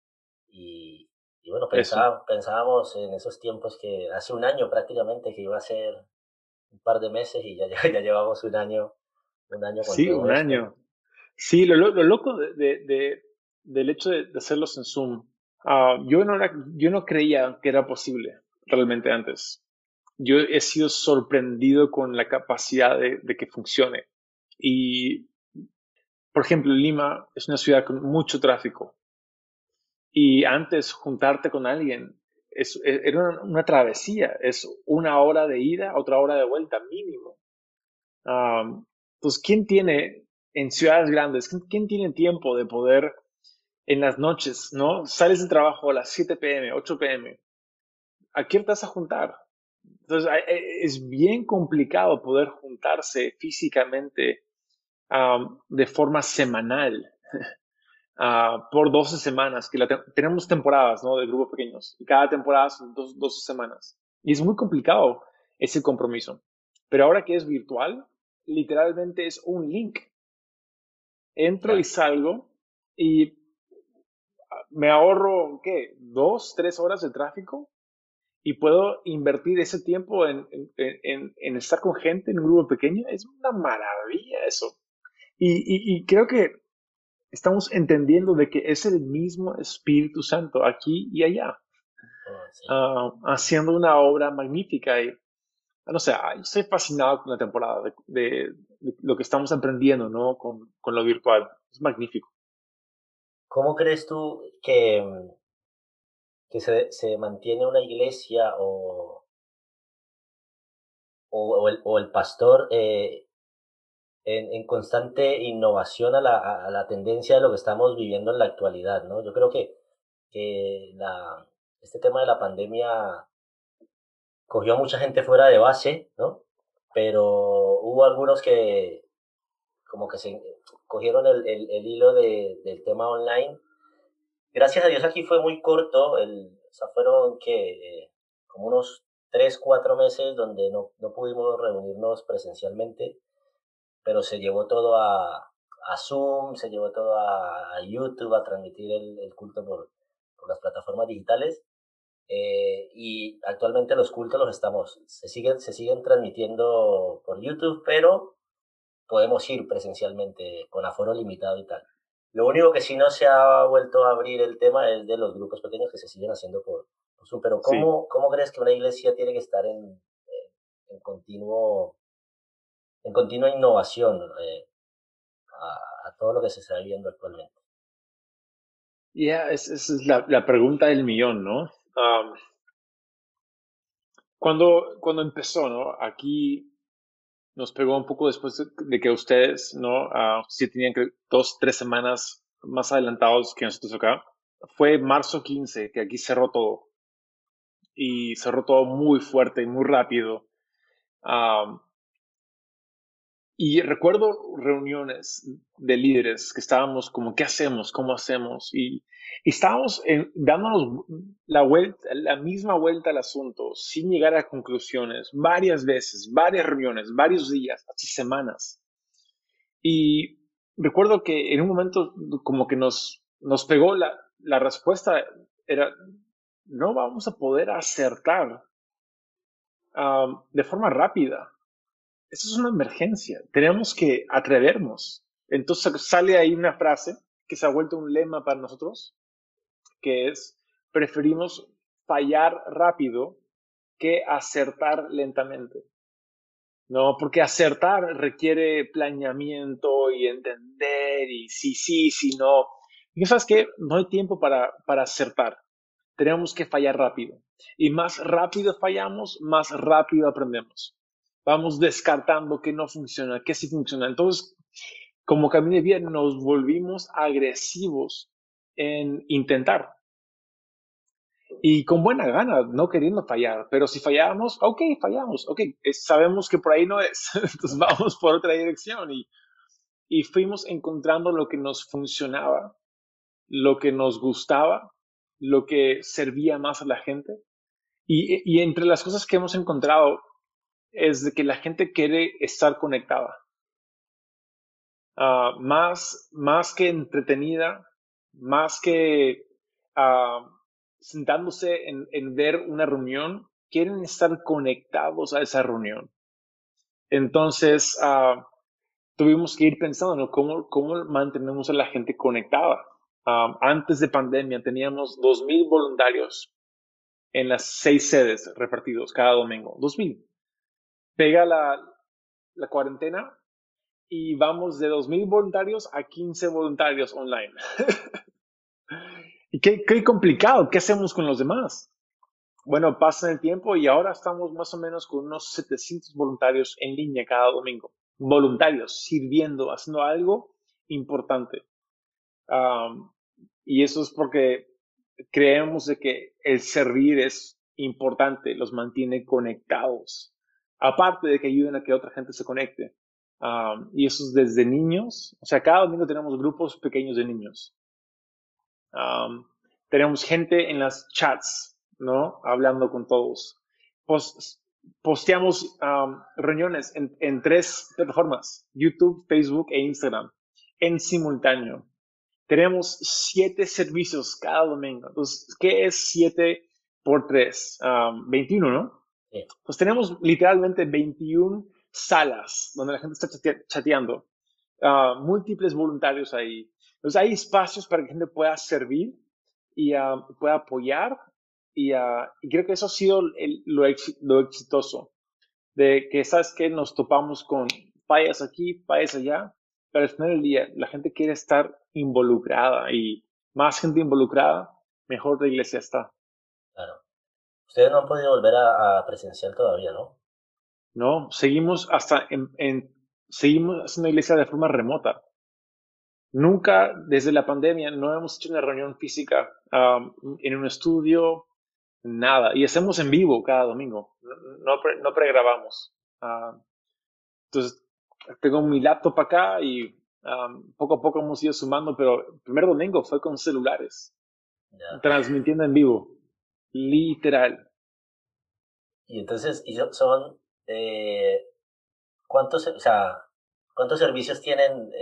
Y bueno, eso. pensábamos en esos tiempos que hace un año prácticamente que iba a ser un par de meses y ya llevamos un año con Sí, todo un esto. año. Sí, lo loco del hecho de hacerlos en Zoom. Yo no creía que era posible realmente antes. Yo he sido sorprendido con la capacidad de que funcione. Y, por ejemplo, Lima es una ciudad con mucho tráfico. Y antes juntarte con alguien era una travesía. Es una hora de ida, otra hora de vuelta mínimo. Pues, ¿quién tiene en ciudades grandes, quién tiene tiempo de poder en las noches, ¿no? Sales del trabajo a las 7 p.m., 8 p.m. ¿A quién te vas a juntar? Entonces, es bien complicado poder juntarse físicamente de forma semanal por 12 semanas, que tenemos temporadas, ¿no? De grupos pequeños. Y cada temporada son 12 semanas. Y es muy complicado ese compromiso. Pero ahora que es virtual, literalmente es un link. Entro y Claro. salgo y me ahorro, ¿qué? 2, 3 horas de tráfico y puedo invertir ese tiempo en estar con gente en un grupo pequeño. Es una maravilla eso. Y creo que estamos entendiendo de que es el mismo Espíritu Santo aquí y allá, Oh, sí. haciendo una obra magnífica. Y, no sé, estoy fascinado con la temporada de lo que estamos aprendiendo, ¿no? Con lo virtual. Es magnífico. ¿Cómo crees tú que se mantiene una iglesia o el pastor en constante innovación a la tendencia de lo que estamos viviendo en la actualidad, ¿no? Yo creo que este tema de la pandemia cogió a mucha gente fuera de base, ¿no? Pero hubo algunos que como que se cogieron el hilo del tema online. Gracias a Dios aquí fue muy corto, o sea, fueron que como unos 3, 4 meses donde no pudimos reunirnos presencialmente, pero se llevó todo a Zoom, se llevó todo a YouTube, a transmitir el culto por las plataformas digitales. Y actualmente los cultos se siguen transmitiendo por YouTube, pero podemos ir presencialmente con aforo limitado y tal. Lo único que sí no se ha vuelto a abrir el tema es de los grupos pequeños que se siguen haciendo por Zoom. Pero Sí. ¿cómo crees que una iglesia tiene que estar en continua innovación a todo lo que se está viviendo actualmente? Ya, esa es la pregunta del millón, ¿no? Cuando empezó, ¿no? Aquí nos pegó un poco después de que ustedes, ¿no? Sí tenían que 2, 3 semanas más adelantados que nosotros acá. Fue marzo 15 que aquí cerró todo. Y cerró todo muy fuerte y muy rápido. Am, y recuerdo reuniones de líderes que estábamos como, ¿qué hacemos? ¿Cómo hacemos? Y estábamos dándonos la misma vuelta al asunto, sin llegar a conclusiones, varias veces, varias reuniones, varios días, así semanas. Y recuerdo que en un momento como que nos pegó la respuesta era, no vamos a poder acertar de forma rápida. Esto es una emergencia. Tenemos que atrevernos. Entonces sale ahí una frase que se ha vuelto un lema para nosotros, que es, preferimos fallar rápido que acertar lentamente. No, porque acertar requiere planeamiento y entender y sí, no. Y sabes que no hay tiempo para acertar. Tenemos que fallar rápido. Y más rápido fallamos, más rápido aprendemos. Vamos descartando qué no funciona, qué sí funciona. Entonces, como caminé bien, nos volvimos agresivos en intentar. Y con buena gana, no queriendo fallar. Pero si fallamos, ok, fallamos. Ok, sabemos que por ahí no es. Entonces vamos por otra dirección. Y fuimos encontrando lo que nos funcionaba, lo que nos gustaba, lo que servía más a la gente. Y entre las cosas que hemos encontrado es de que la gente quiere estar conectada. Más que entretenida, más que sentándose en ver una reunión, quieren estar conectados a esa reunión. Entonces, tuvimos que ir pensando, ¿no? ¿Cómo mantenemos a la gente conectada? Antes de pandemia teníamos 2,000 voluntarios en las 6 sedes repartidos cada domingo. 2,000. Pega la cuarentena y vamos de 2,000 voluntarios a 15 voluntarios online. Y qué complicado, ¿qué hacemos con los demás? Bueno, pasa el tiempo y ahora estamos más o menos con unos 700 voluntarios en línea cada domingo. Voluntarios, sirviendo, haciendo algo importante. Um, y eso es porque creemos de que el servir es importante, los mantiene conectados. Aparte de que ayuden a que otra gente se conecte. Y eso es desde niños. O sea, cada domingo tenemos grupos pequeños de niños. Tenemos gente en las chats, ¿no? Hablando con todos. Posteamos reuniones en 3 plataformas, YouTube, Facebook e Instagram, en simultáneo. Tenemos 7 servicios cada domingo. Entonces, ¿qué es 7 por 3? 21, ¿no? Sí. Pues tenemos literalmente 21 salas donde la gente está chateando. Múltiples voluntarios ahí. Entonces hay espacios para que la gente pueda servir y pueda apoyar. Y creo que eso ha sido lo exitoso. De que, ¿sabes qué? Nos topamos con fallas aquí, fallas allá, pero al final del día la gente quiere estar involucrada y más gente involucrada, mejor la iglesia está. Claro. Ustedes no han podido volver a presencial todavía, ¿no? ¿No? Seguimos seguimos haciendo iglesia de forma remota. Nunca, desde la pandemia, no hemos hecho una reunión física en un estudio, nada. Y hacemos en vivo cada domingo. No pregrabamos. Entonces, tengo mi laptop acá y poco a poco hemos ido sumando, pero el primer domingo fue con celulares, Ya. transmitiendo en vivo. Literal. Y entonces, son, ¿cuántos, o sea, cuántos servicios tienen?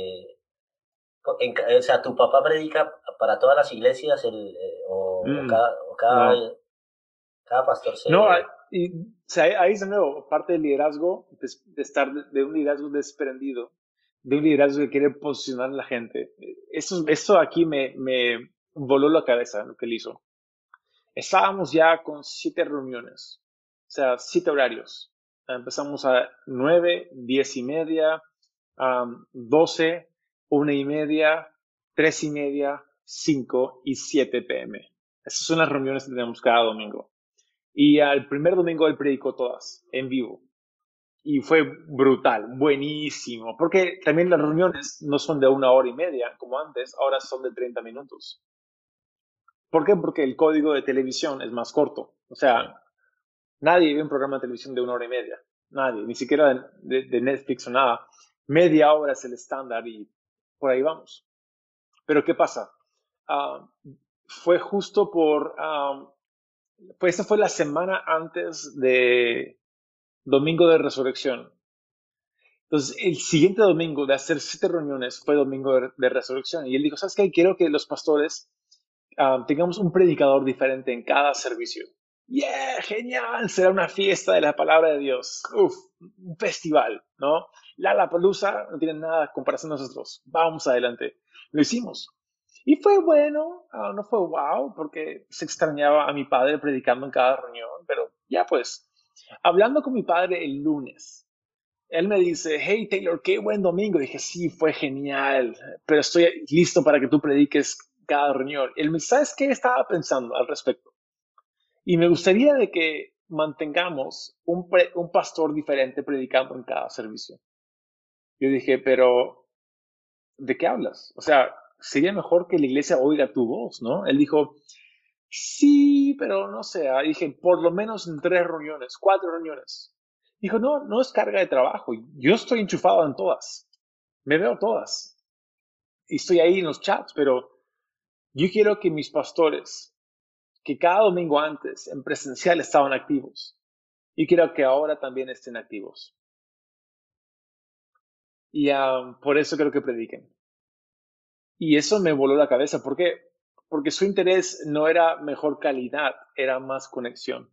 O sea, ¿tu papá predica para todas las iglesias o Mm, no. cada pastor No, se... o sea, ahí es de nuevo, parte del liderazgo, de estar de un liderazgo desprendido, de un liderazgo que quiere posicionar a la gente. Eso aquí me voló la cabeza, lo que él hizo. Estábamos ya con 7 reuniones, o sea, 7 horarios. Empezamos a 9, 10:30, 12, 1:30, 3:30, 5 y 7 p.m. Esas son las reuniones que tenemos cada domingo. Y al primer domingo él predicó todas, en vivo. Y fue brutal, buenísimo. Porque también las reuniones no son de 1 hora y media, como antes, ahora son de 30 minutos. ¿Por qué? Porque el código de televisión es más corto. O Sí, sea, nadie ve un programa de televisión de 1 hora y media. Nadie, ni siquiera de Netflix o nada. Media hora es el estándar y por ahí vamos. Pero ¿qué pasa? Uh, fue justo pues esta fue la semana antes de Domingo de Resurrección. Entonces, el siguiente domingo de hacer 7 reuniones fue Domingo de Resurrección. Y él dijo, ¿sabes qué? Quiero que los pastores tengamos un predicador diferente en cada servicio. ¡Yeah! ¡Genial! Será una fiesta de la palabra de Dios. ¡Uf! Un festival, ¿no? Lollapalooza no tiene nada de comparación a nosotros. Vamos adelante. Lo hicimos. Y fue bueno, no fue wow, porque se extrañaba a mi padre predicando en cada reunión, pero ya pues, hablando con mi padre el lunes, él me dice, hey Taylor, qué buen domingo. Dije, sí, fue genial, pero estoy listo para que tú prediques cada reunión. Él me dice, ¿sabes qué estaba pensando al respecto? Y me gustaría de que mantengamos un pastor diferente predicando en cada servicio. Yo dije, pero ¿de qué hablas? O sea, sería mejor que la iglesia oiga tu voz, ¿no? Él dijo, sí, pero no sé. Dije, por lo menos en 3 reuniones, 4 reuniones. Dijo, no, no es carga de trabajo. Yo estoy enchufado en todas. Me veo todas. Y estoy ahí en los chats, pero yo quiero que mis pastores, que cada domingo antes en presencial estaban activos, y quiero que ahora también estén activos. Y por eso creo que prediquen. Y eso me voló la cabeza. ¿Por qué? Porque su interés no era mejor calidad, era más conexión.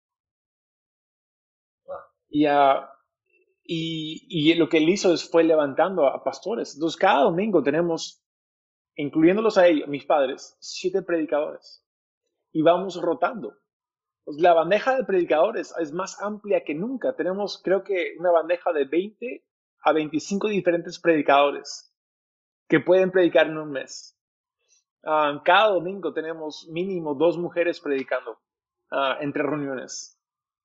Wow. Y, y lo que él hizo fue levantando a pastores. Entonces, cada domingo tenemos, incluyéndolos a ellos, mis padres, 7 predicadores. Y vamos rotando. Pues la bandeja de predicadores es más amplia que nunca. Tenemos, creo que, una bandeja de 20 a 25 diferentes predicadores que pueden predicar en un mes. Cada domingo tenemos mínimo 2 mujeres predicando entre reuniones.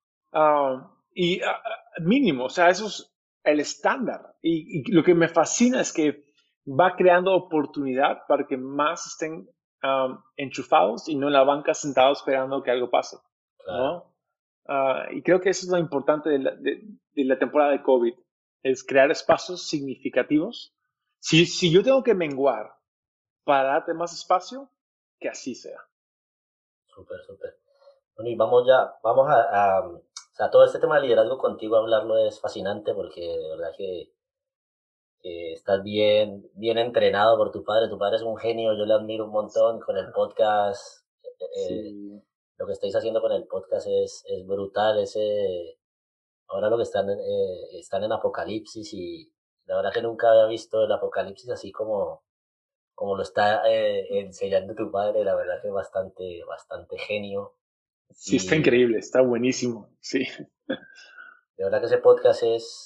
Y mínimo, o sea, eso es el estándar. Y lo que me fascina es que va creando oportunidad para que más estén enchufados y no en la banca sentados esperando que algo pase, Claro. ¿no? Y creo que eso es lo importante de la temporada de COVID, es crear espacios significativos. Si yo tengo que menguar para darte más espacio, que así sea. Súper, súper. Bueno, y o sea, todo este tema de liderazgo contigo hablarlo es fascinante porque de verdad que estás bien entrenado por tu padre. Tu padre es un genio, yo le admiro un montón con el podcast. Sí, Lo que estáis haciendo con el podcast es brutal. Ahora lo que están en Apocalipsis y la verdad que nunca había visto el Apocalipsis así como lo está enseñando tu padre. La verdad que es bastante genio. sí, está Y increíble, está buenísimo, sí. de verdad que ese podcast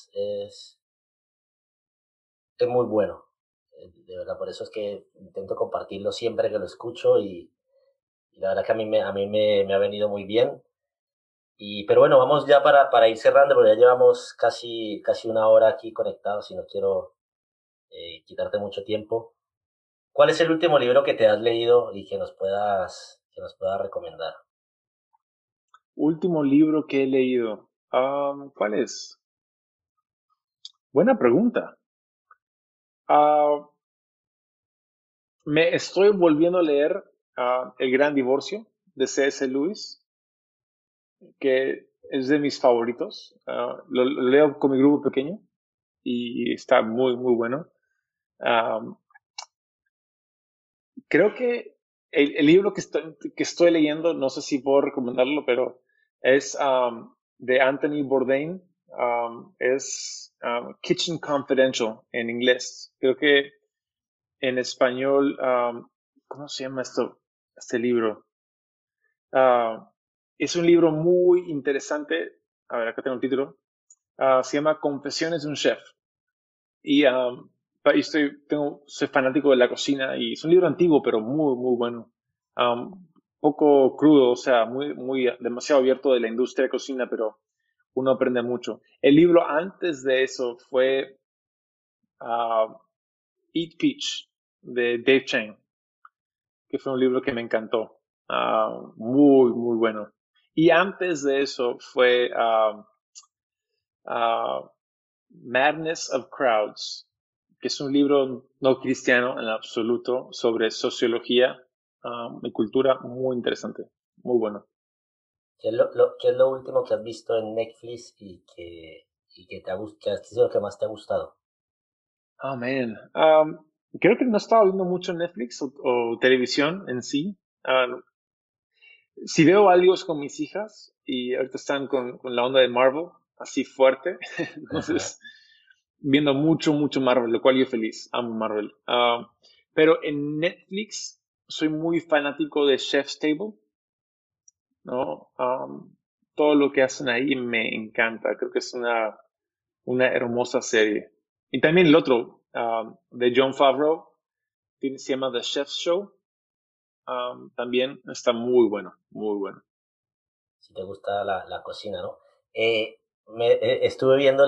es muy bueno. De verdad, por eso es que intento compartirlo siempre que lo escucho y la verdad que a mí me ha venido muy bien. Pero bueno, vamos ya para ir cerrando, porque ya llevamos casi una hora aquí conectados y no quiero quitarte mucho tiempo. ¿Cuál es el último libro que te has leído y que nos puedas recomendar? Último libro que he leído. ¿Cuál es? Buena pregunta. Ah, me estoy volviendo a leer El Gran Divorcio de C.S. Lewis, que es de mis favoritos. Lo leo con mi grupo pequeño y está muy, muy bueno. Ah, Creo que el libro que estoy leyendo, no sé si puedo recomendarlo, pero es de Anthony Bourdain. Es Kitchen Confidential en inglés. Creo que en español, ¿cómo se llama este libro? Ah, es un libro muy interesante. A ver, acá tengo el título. Se llama Confesiones de un Chef. Y soy fanático de la cocina y es un libro antiguo, pero muy, muy bueno. Poco crudo, o sea, demasiado abierto de la industria de cocina, pero uno aprende mucho. El libro antes de eso fue uh, Eat Peach de Dave Chang, que fue un libro que me encantó. Muy, muy bueno. Y antes de eso fue uh, Madness of Crowds, que es un libro no cristiano en absoluto sobre sociología y cultura muy interesante, muy bueno. ¿Qué es lo último que has visto en Netflix qué ha sido lo que más te ha gustado? Oh, man. Creo que no estaba viendo mucho Netflix o televisión en sí. Si veo algo es con mis hijas y ahorita están con la onda de Marvel, así fuerte, Ajá. entonces viendo mucho, mucho Marvel, lo cual yo feliz, amo Marvel. Pero en Netflix soy muy fanático de Chef's Table, ¿no? Todo lo que hacen ahí me encanta, creo que es una hermosa serie. Y también el otro, de Jon Favreau, se llama The Chef's Show, también está muy bueno, muy bueno. Si te gusta la cocina, ¿no? Estuve viendo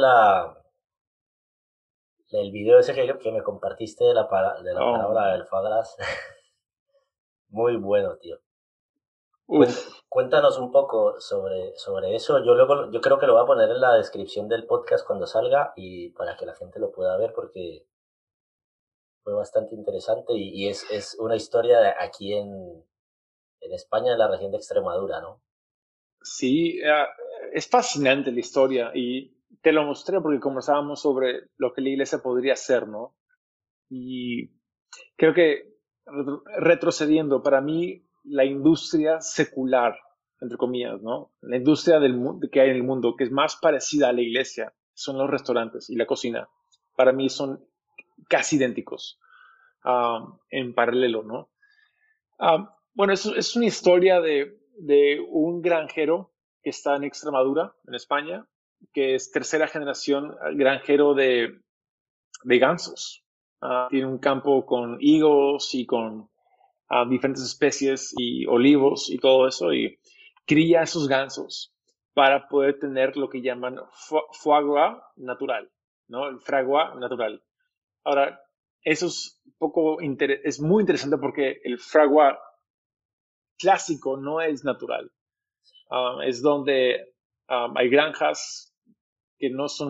el video ese que me compartiste de la Oh, parábola del foie gras. Muy bueno, tío. uf. Cuéntanos un poco sobre eso. Yo creo que lo voy a poner en la descripción del podcast cuando salga y para que la gente lo pueda ver porque fue bastante interesante y es una historia de aquí en España, en la región de Extremadura, ¿no? Sí, es fascinante la historia y te lo mostré porque conversábamos sobre lo que la iglesia podría hacer, ¿no? Y creo que retrocediendo, para mí la industria secular, entre comillas, ¿no? La industria que hay en el mundo, que es más parecida a la iglesia, son los restaurantes y la cocina. Para mí son casi idénticos, en paralelo, ¿no? Bueno, es una historia de un granjero que está en Extremadura, en España, que es tercera generación granjero de gansos. Tiene un campo con higos y con diferentes especies y olivos y todo eso, y cría esos gansos para poder tener lo que llaman foie gras natural, ¿no? El fragua natural. Ahora, eso es muy interesante porque el fragua clásico no es natural. Es donde hay granjas que no son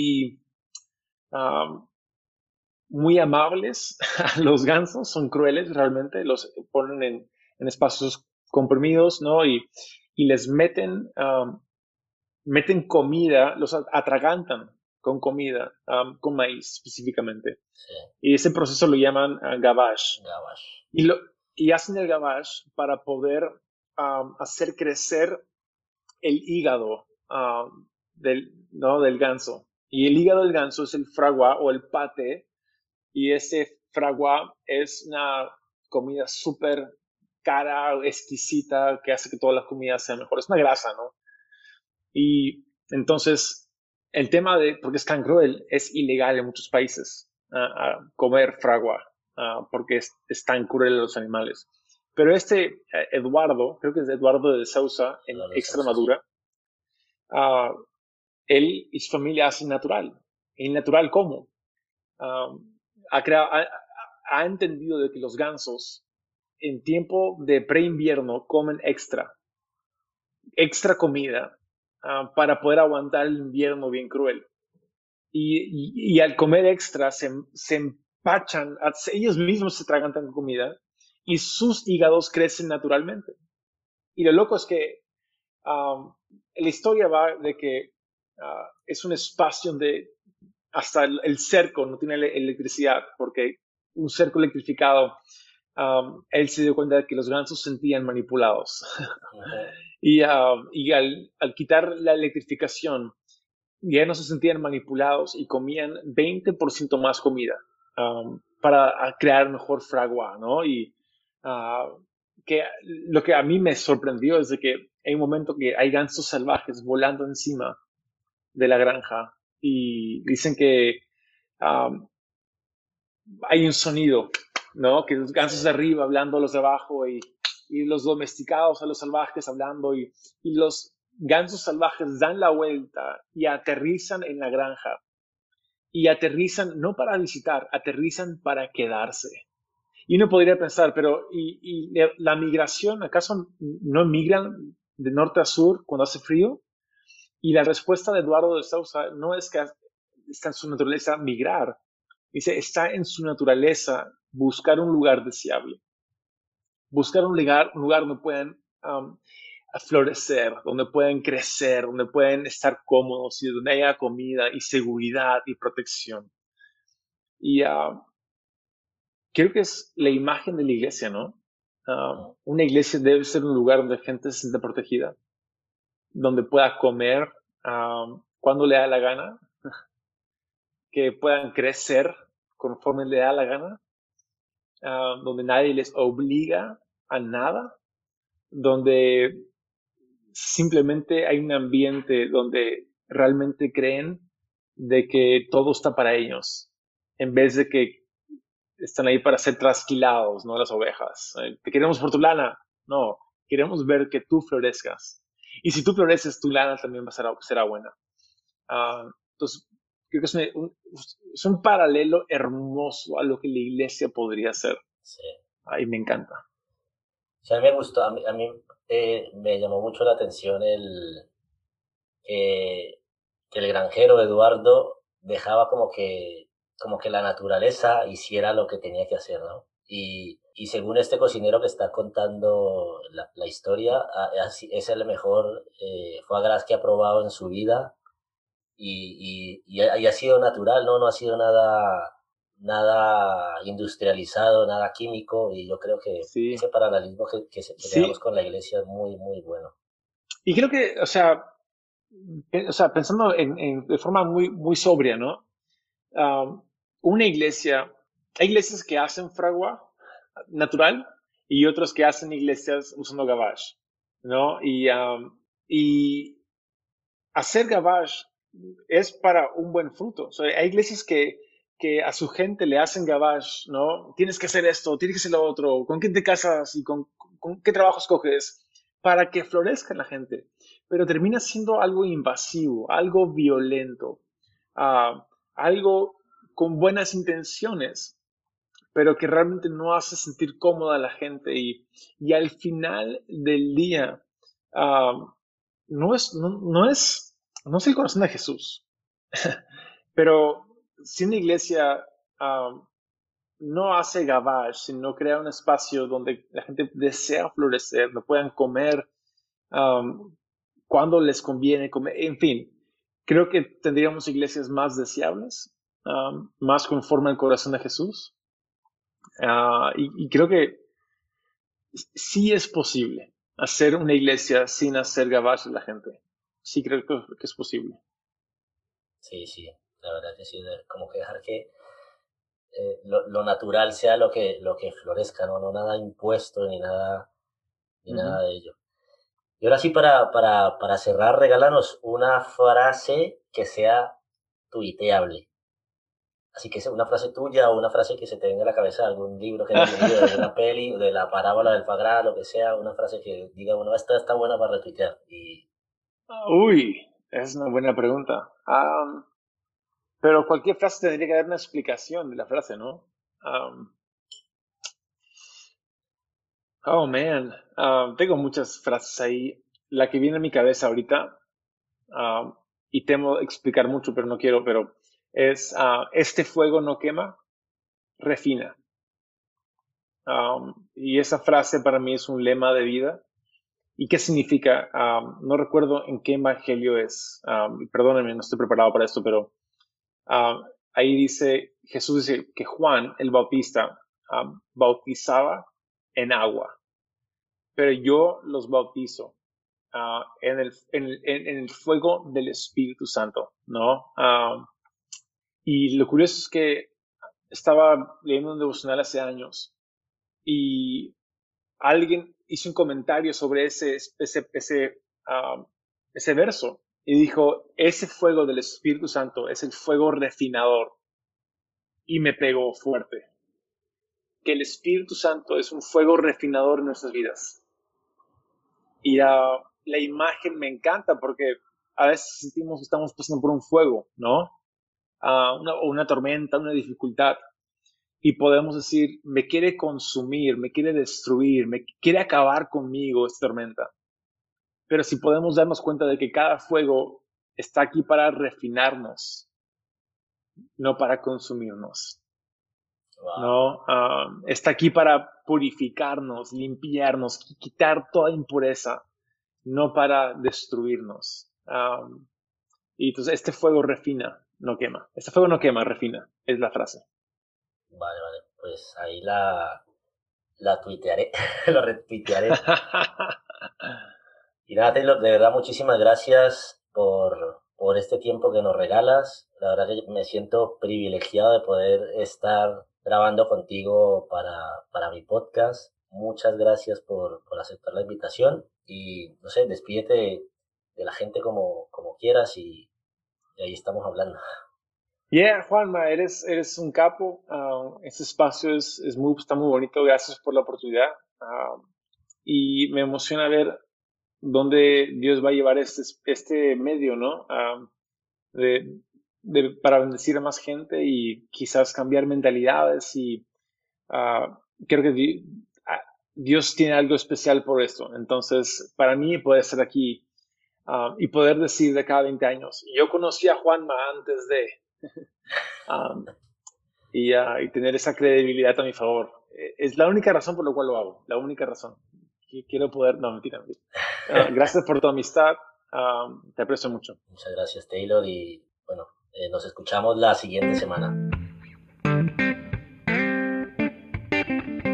um, muy amables a los gansos, son crueles realmente, los ponen en espacios comprimidos, ¿no? Y les meten comida, los atragantan con comida, con maíz específicamente. Sí, Y ese proceso lo llaman gavage. Gabash. Y, lo, y hacen el gavage para poder hacer crecer el hígado ¿no? del ganso. Y el hígado del ganso es el fragua o el pate, y ese fragua es una comida súper cara, exquisita, que hace que todas las comidas sean mejores. Es una grasa, ¿no? Y entonces, el tema porque es tan cruel, es ilegal en muchos países comer fragua, porque es tan cruel a los animales. Pero Eduardo, creo que es Eduardo de Sousa, en Eduardo Sousa, sí. Extremadura, uh, él y su familia hacen natural. ¿Y natural cómo? Ha, creado, ha entendido de que los gansos en tiempo de preinvierno comen extra comida para poder aguantar el invierno bien cruel. Y al comer extra se empachan, ellos mismos se tragan tanta comida y sus hígados crecen naturalmente. Y lo loco es que la historia va de que es un espacio donde hasta el cerco no tiene electricidad, porque un cerco electrificado, él se dio cuenta de que los gansos se sentían manipulados. Ujú. Y al quitar la electrificación, ya no se sentían manipulados y comían 20% más comida para crear mejor fragua, ¿no? Y que lo que a mí me sorprendió es de que hay un momento que hay gansos salvajes volando encima de la granja y dicen que um, hay un sonido, ¿no? Que los Sí, gansos de arriba hablando a los de abajo y los domesticados a los salvajes hablando y los gansos salvajes dan la vuelta y aterrizan en la granja. Y aterrizan no para visitar, aterrizan para quedarse. Y uno podría pensar, pero ¿y la migración? ¿Acaso no migran de norte a sur cuando hace frío? Y la respuesta de Eduardo de Sousa no es que está en su naturaleza migrar. Dice, está en su naturaleza buscar un lugar deseable. Buscar un lugar donde puedan florecer, donde pueden crecer, donde pueden estar cómodos y donde haya comida y seguridad y protección. Y creo que es la imagen de la iglesia, ¿no? mm, Una iglesia debe ser un lugar donde gente se sienta protegida, donde pueda comer cuando le da la gana, que puedan crecer conforme le da la gana, donde nadie les obliga a nada, donde simplemente hay un ambiente donde realmente creen de que todo está para ellos, en vez de que están ahí para ser trasquilados, ¿no? Las ovejas. Te queremos por tu lana. No, queremos ver que tú florezcas. Y si tú floreces, tu lana también va a ser, será buena. Entonces, creo que es un paralelo hermoso a lo que la iglesia podría ser. sí. Ay, me encanta. Sí, a mí me gustó, a mí me llamó mucho la atención que, que el granjero Eduardo dejaba como que la naturaleza hiciera lo que tenía que hacer, ¿no? Y según este cocinero que está contando la historia, es el mejor foie gras que ha probado en su vida y ha sido natural, ¿no? No ha sido nada industrializado, nada químico y yo creo que Sí, ese paralelismo que tenemos sí. con la iglesia es muy, muy bueno. Y creo que, o sea pensando de forma muy, muy sobria, ¿no? Um, una iglesia, hay iglesias que hacen fragua natural y otros que hacen iglesias usando gavage, ¿no? Y hacer gavage es para un buen fruto. O sea, hay iglesias que a su gente le hacen gavage, ¿no? Tienes que hacer esto, tienes que hacer lo otro, con quién te casas y con qué trabajo escoges para que florezca la gente. Pero termina siendo algo invasivo, algo violento, algo con buenas intenciones, pero que realmente no hace sentir cómoda a la gente y al final del día uh, no es el corazón de Jesús, pero si una iglesia um, no hace gavage, sino crea un espacio donde la gente desea florecer, no puedan comer um, cuando les conviene comer, en fin, creo que tendríamos iglesias más deseables, más conforme al corazón de Jesús. Y creo que sí es posible hacer una iglesia sin hacer gabacho a la gente. Sí creo que es posible. Sí, sí, la verdad que sí, como que dejar que lo natural sea lo que florezca, ¿no? No nada impuesto ni Ujú. nada de ello. Y ahora sí, para cerrar, regálanos una frase que sea tuiteable. Así que sea una frase tuya o una frase que se te venga a la cabeza de algún libro que hayas leído, de alguna peli, de la parábola del Fagral, lo que sea, una frase que diga, bueno, esta está buena para retuitear. Y Uy, es una buena pregunta. Pero cualquier frase tendría que dar una explicación de la frase, ¿no? Um, oh, man. Tengo muchas frases ahí. La que viene a mi cabeza ahorita, um, y temo explicar mucho, pero no quiero, pero es, este fuego no quema, refina. Y esa frase para mí es un lema de vida. ¿Y qué significa? No recuerdo en qué evangelio es. Perdónenme, no estoy preparado para esto, pero um, ahí dice, Jesús dice que Juan, el Bautista, bautizaba en agua, pero yo los bautizo en el fuego del Espíritu Santo, ¿no? Y lo curioso es que estaba leyendo un devocional hace años y alguien hizo un comentario sobre ese verso y dijo, ese fuego del Espíritu Santo es el fuego refinador y me pegó fuerte, que el Espíritu Santo es un fuego refinador en nuestras vidas. Y la imagen me encanta porque a veces sentimos que estamos pasando por un fuego, ¿no? Una tormenta, una dificultad. Y podemos decir, me quiere consumir, me quiere destruir, me quiere acabar conmigo esta tormenta. Pero si podemos darnos cuenta de que cada fuego está aquí para refinarnos, no para consumirnos, wow, ¿no? Está aquí para purificarnos, limpiarnos, quitar toda impureza, no para destruirnos. Y entonces este fuego refina, no quema. Este fuego no quema, refina, es la frase. vale, vale. Pues ahí la tuitearé, lo retuitearé. Y nada, Taylor, de verdad, muchísimas gracias por este tiempo que nos regalas. La verdad que me siento privilegiado de poder estar grabando contigo para mi podcast. Muchas gracias por aceptar la invitación y, no sé, despídete de la gente como quieras y ahí estamos hablando. Yeah, Juanma, eres un capo. Este espacio está muy bonito. Gracias por la oportunidad. Y me emociona ver dónde Dios va a llevar este medio, ¿no? De, para bendecir a más gente y quizás cambiar mentalidades. Y creo que Dios tiene algo especial por esto. Entonces, para mí, poder estar aquí y poder decir de cada 20 años, yo conocí a Juanma antes de. um, y tener esa credibilidad a mi favor. Es la única razón por la cual lo hago, la única razón. Quiero poder, no, mentira, mentira. Gracias por tu amistad, te aprecio mucho. Muchas gracias, Taylor, y bueno, nos escuchamos la siguiente semana.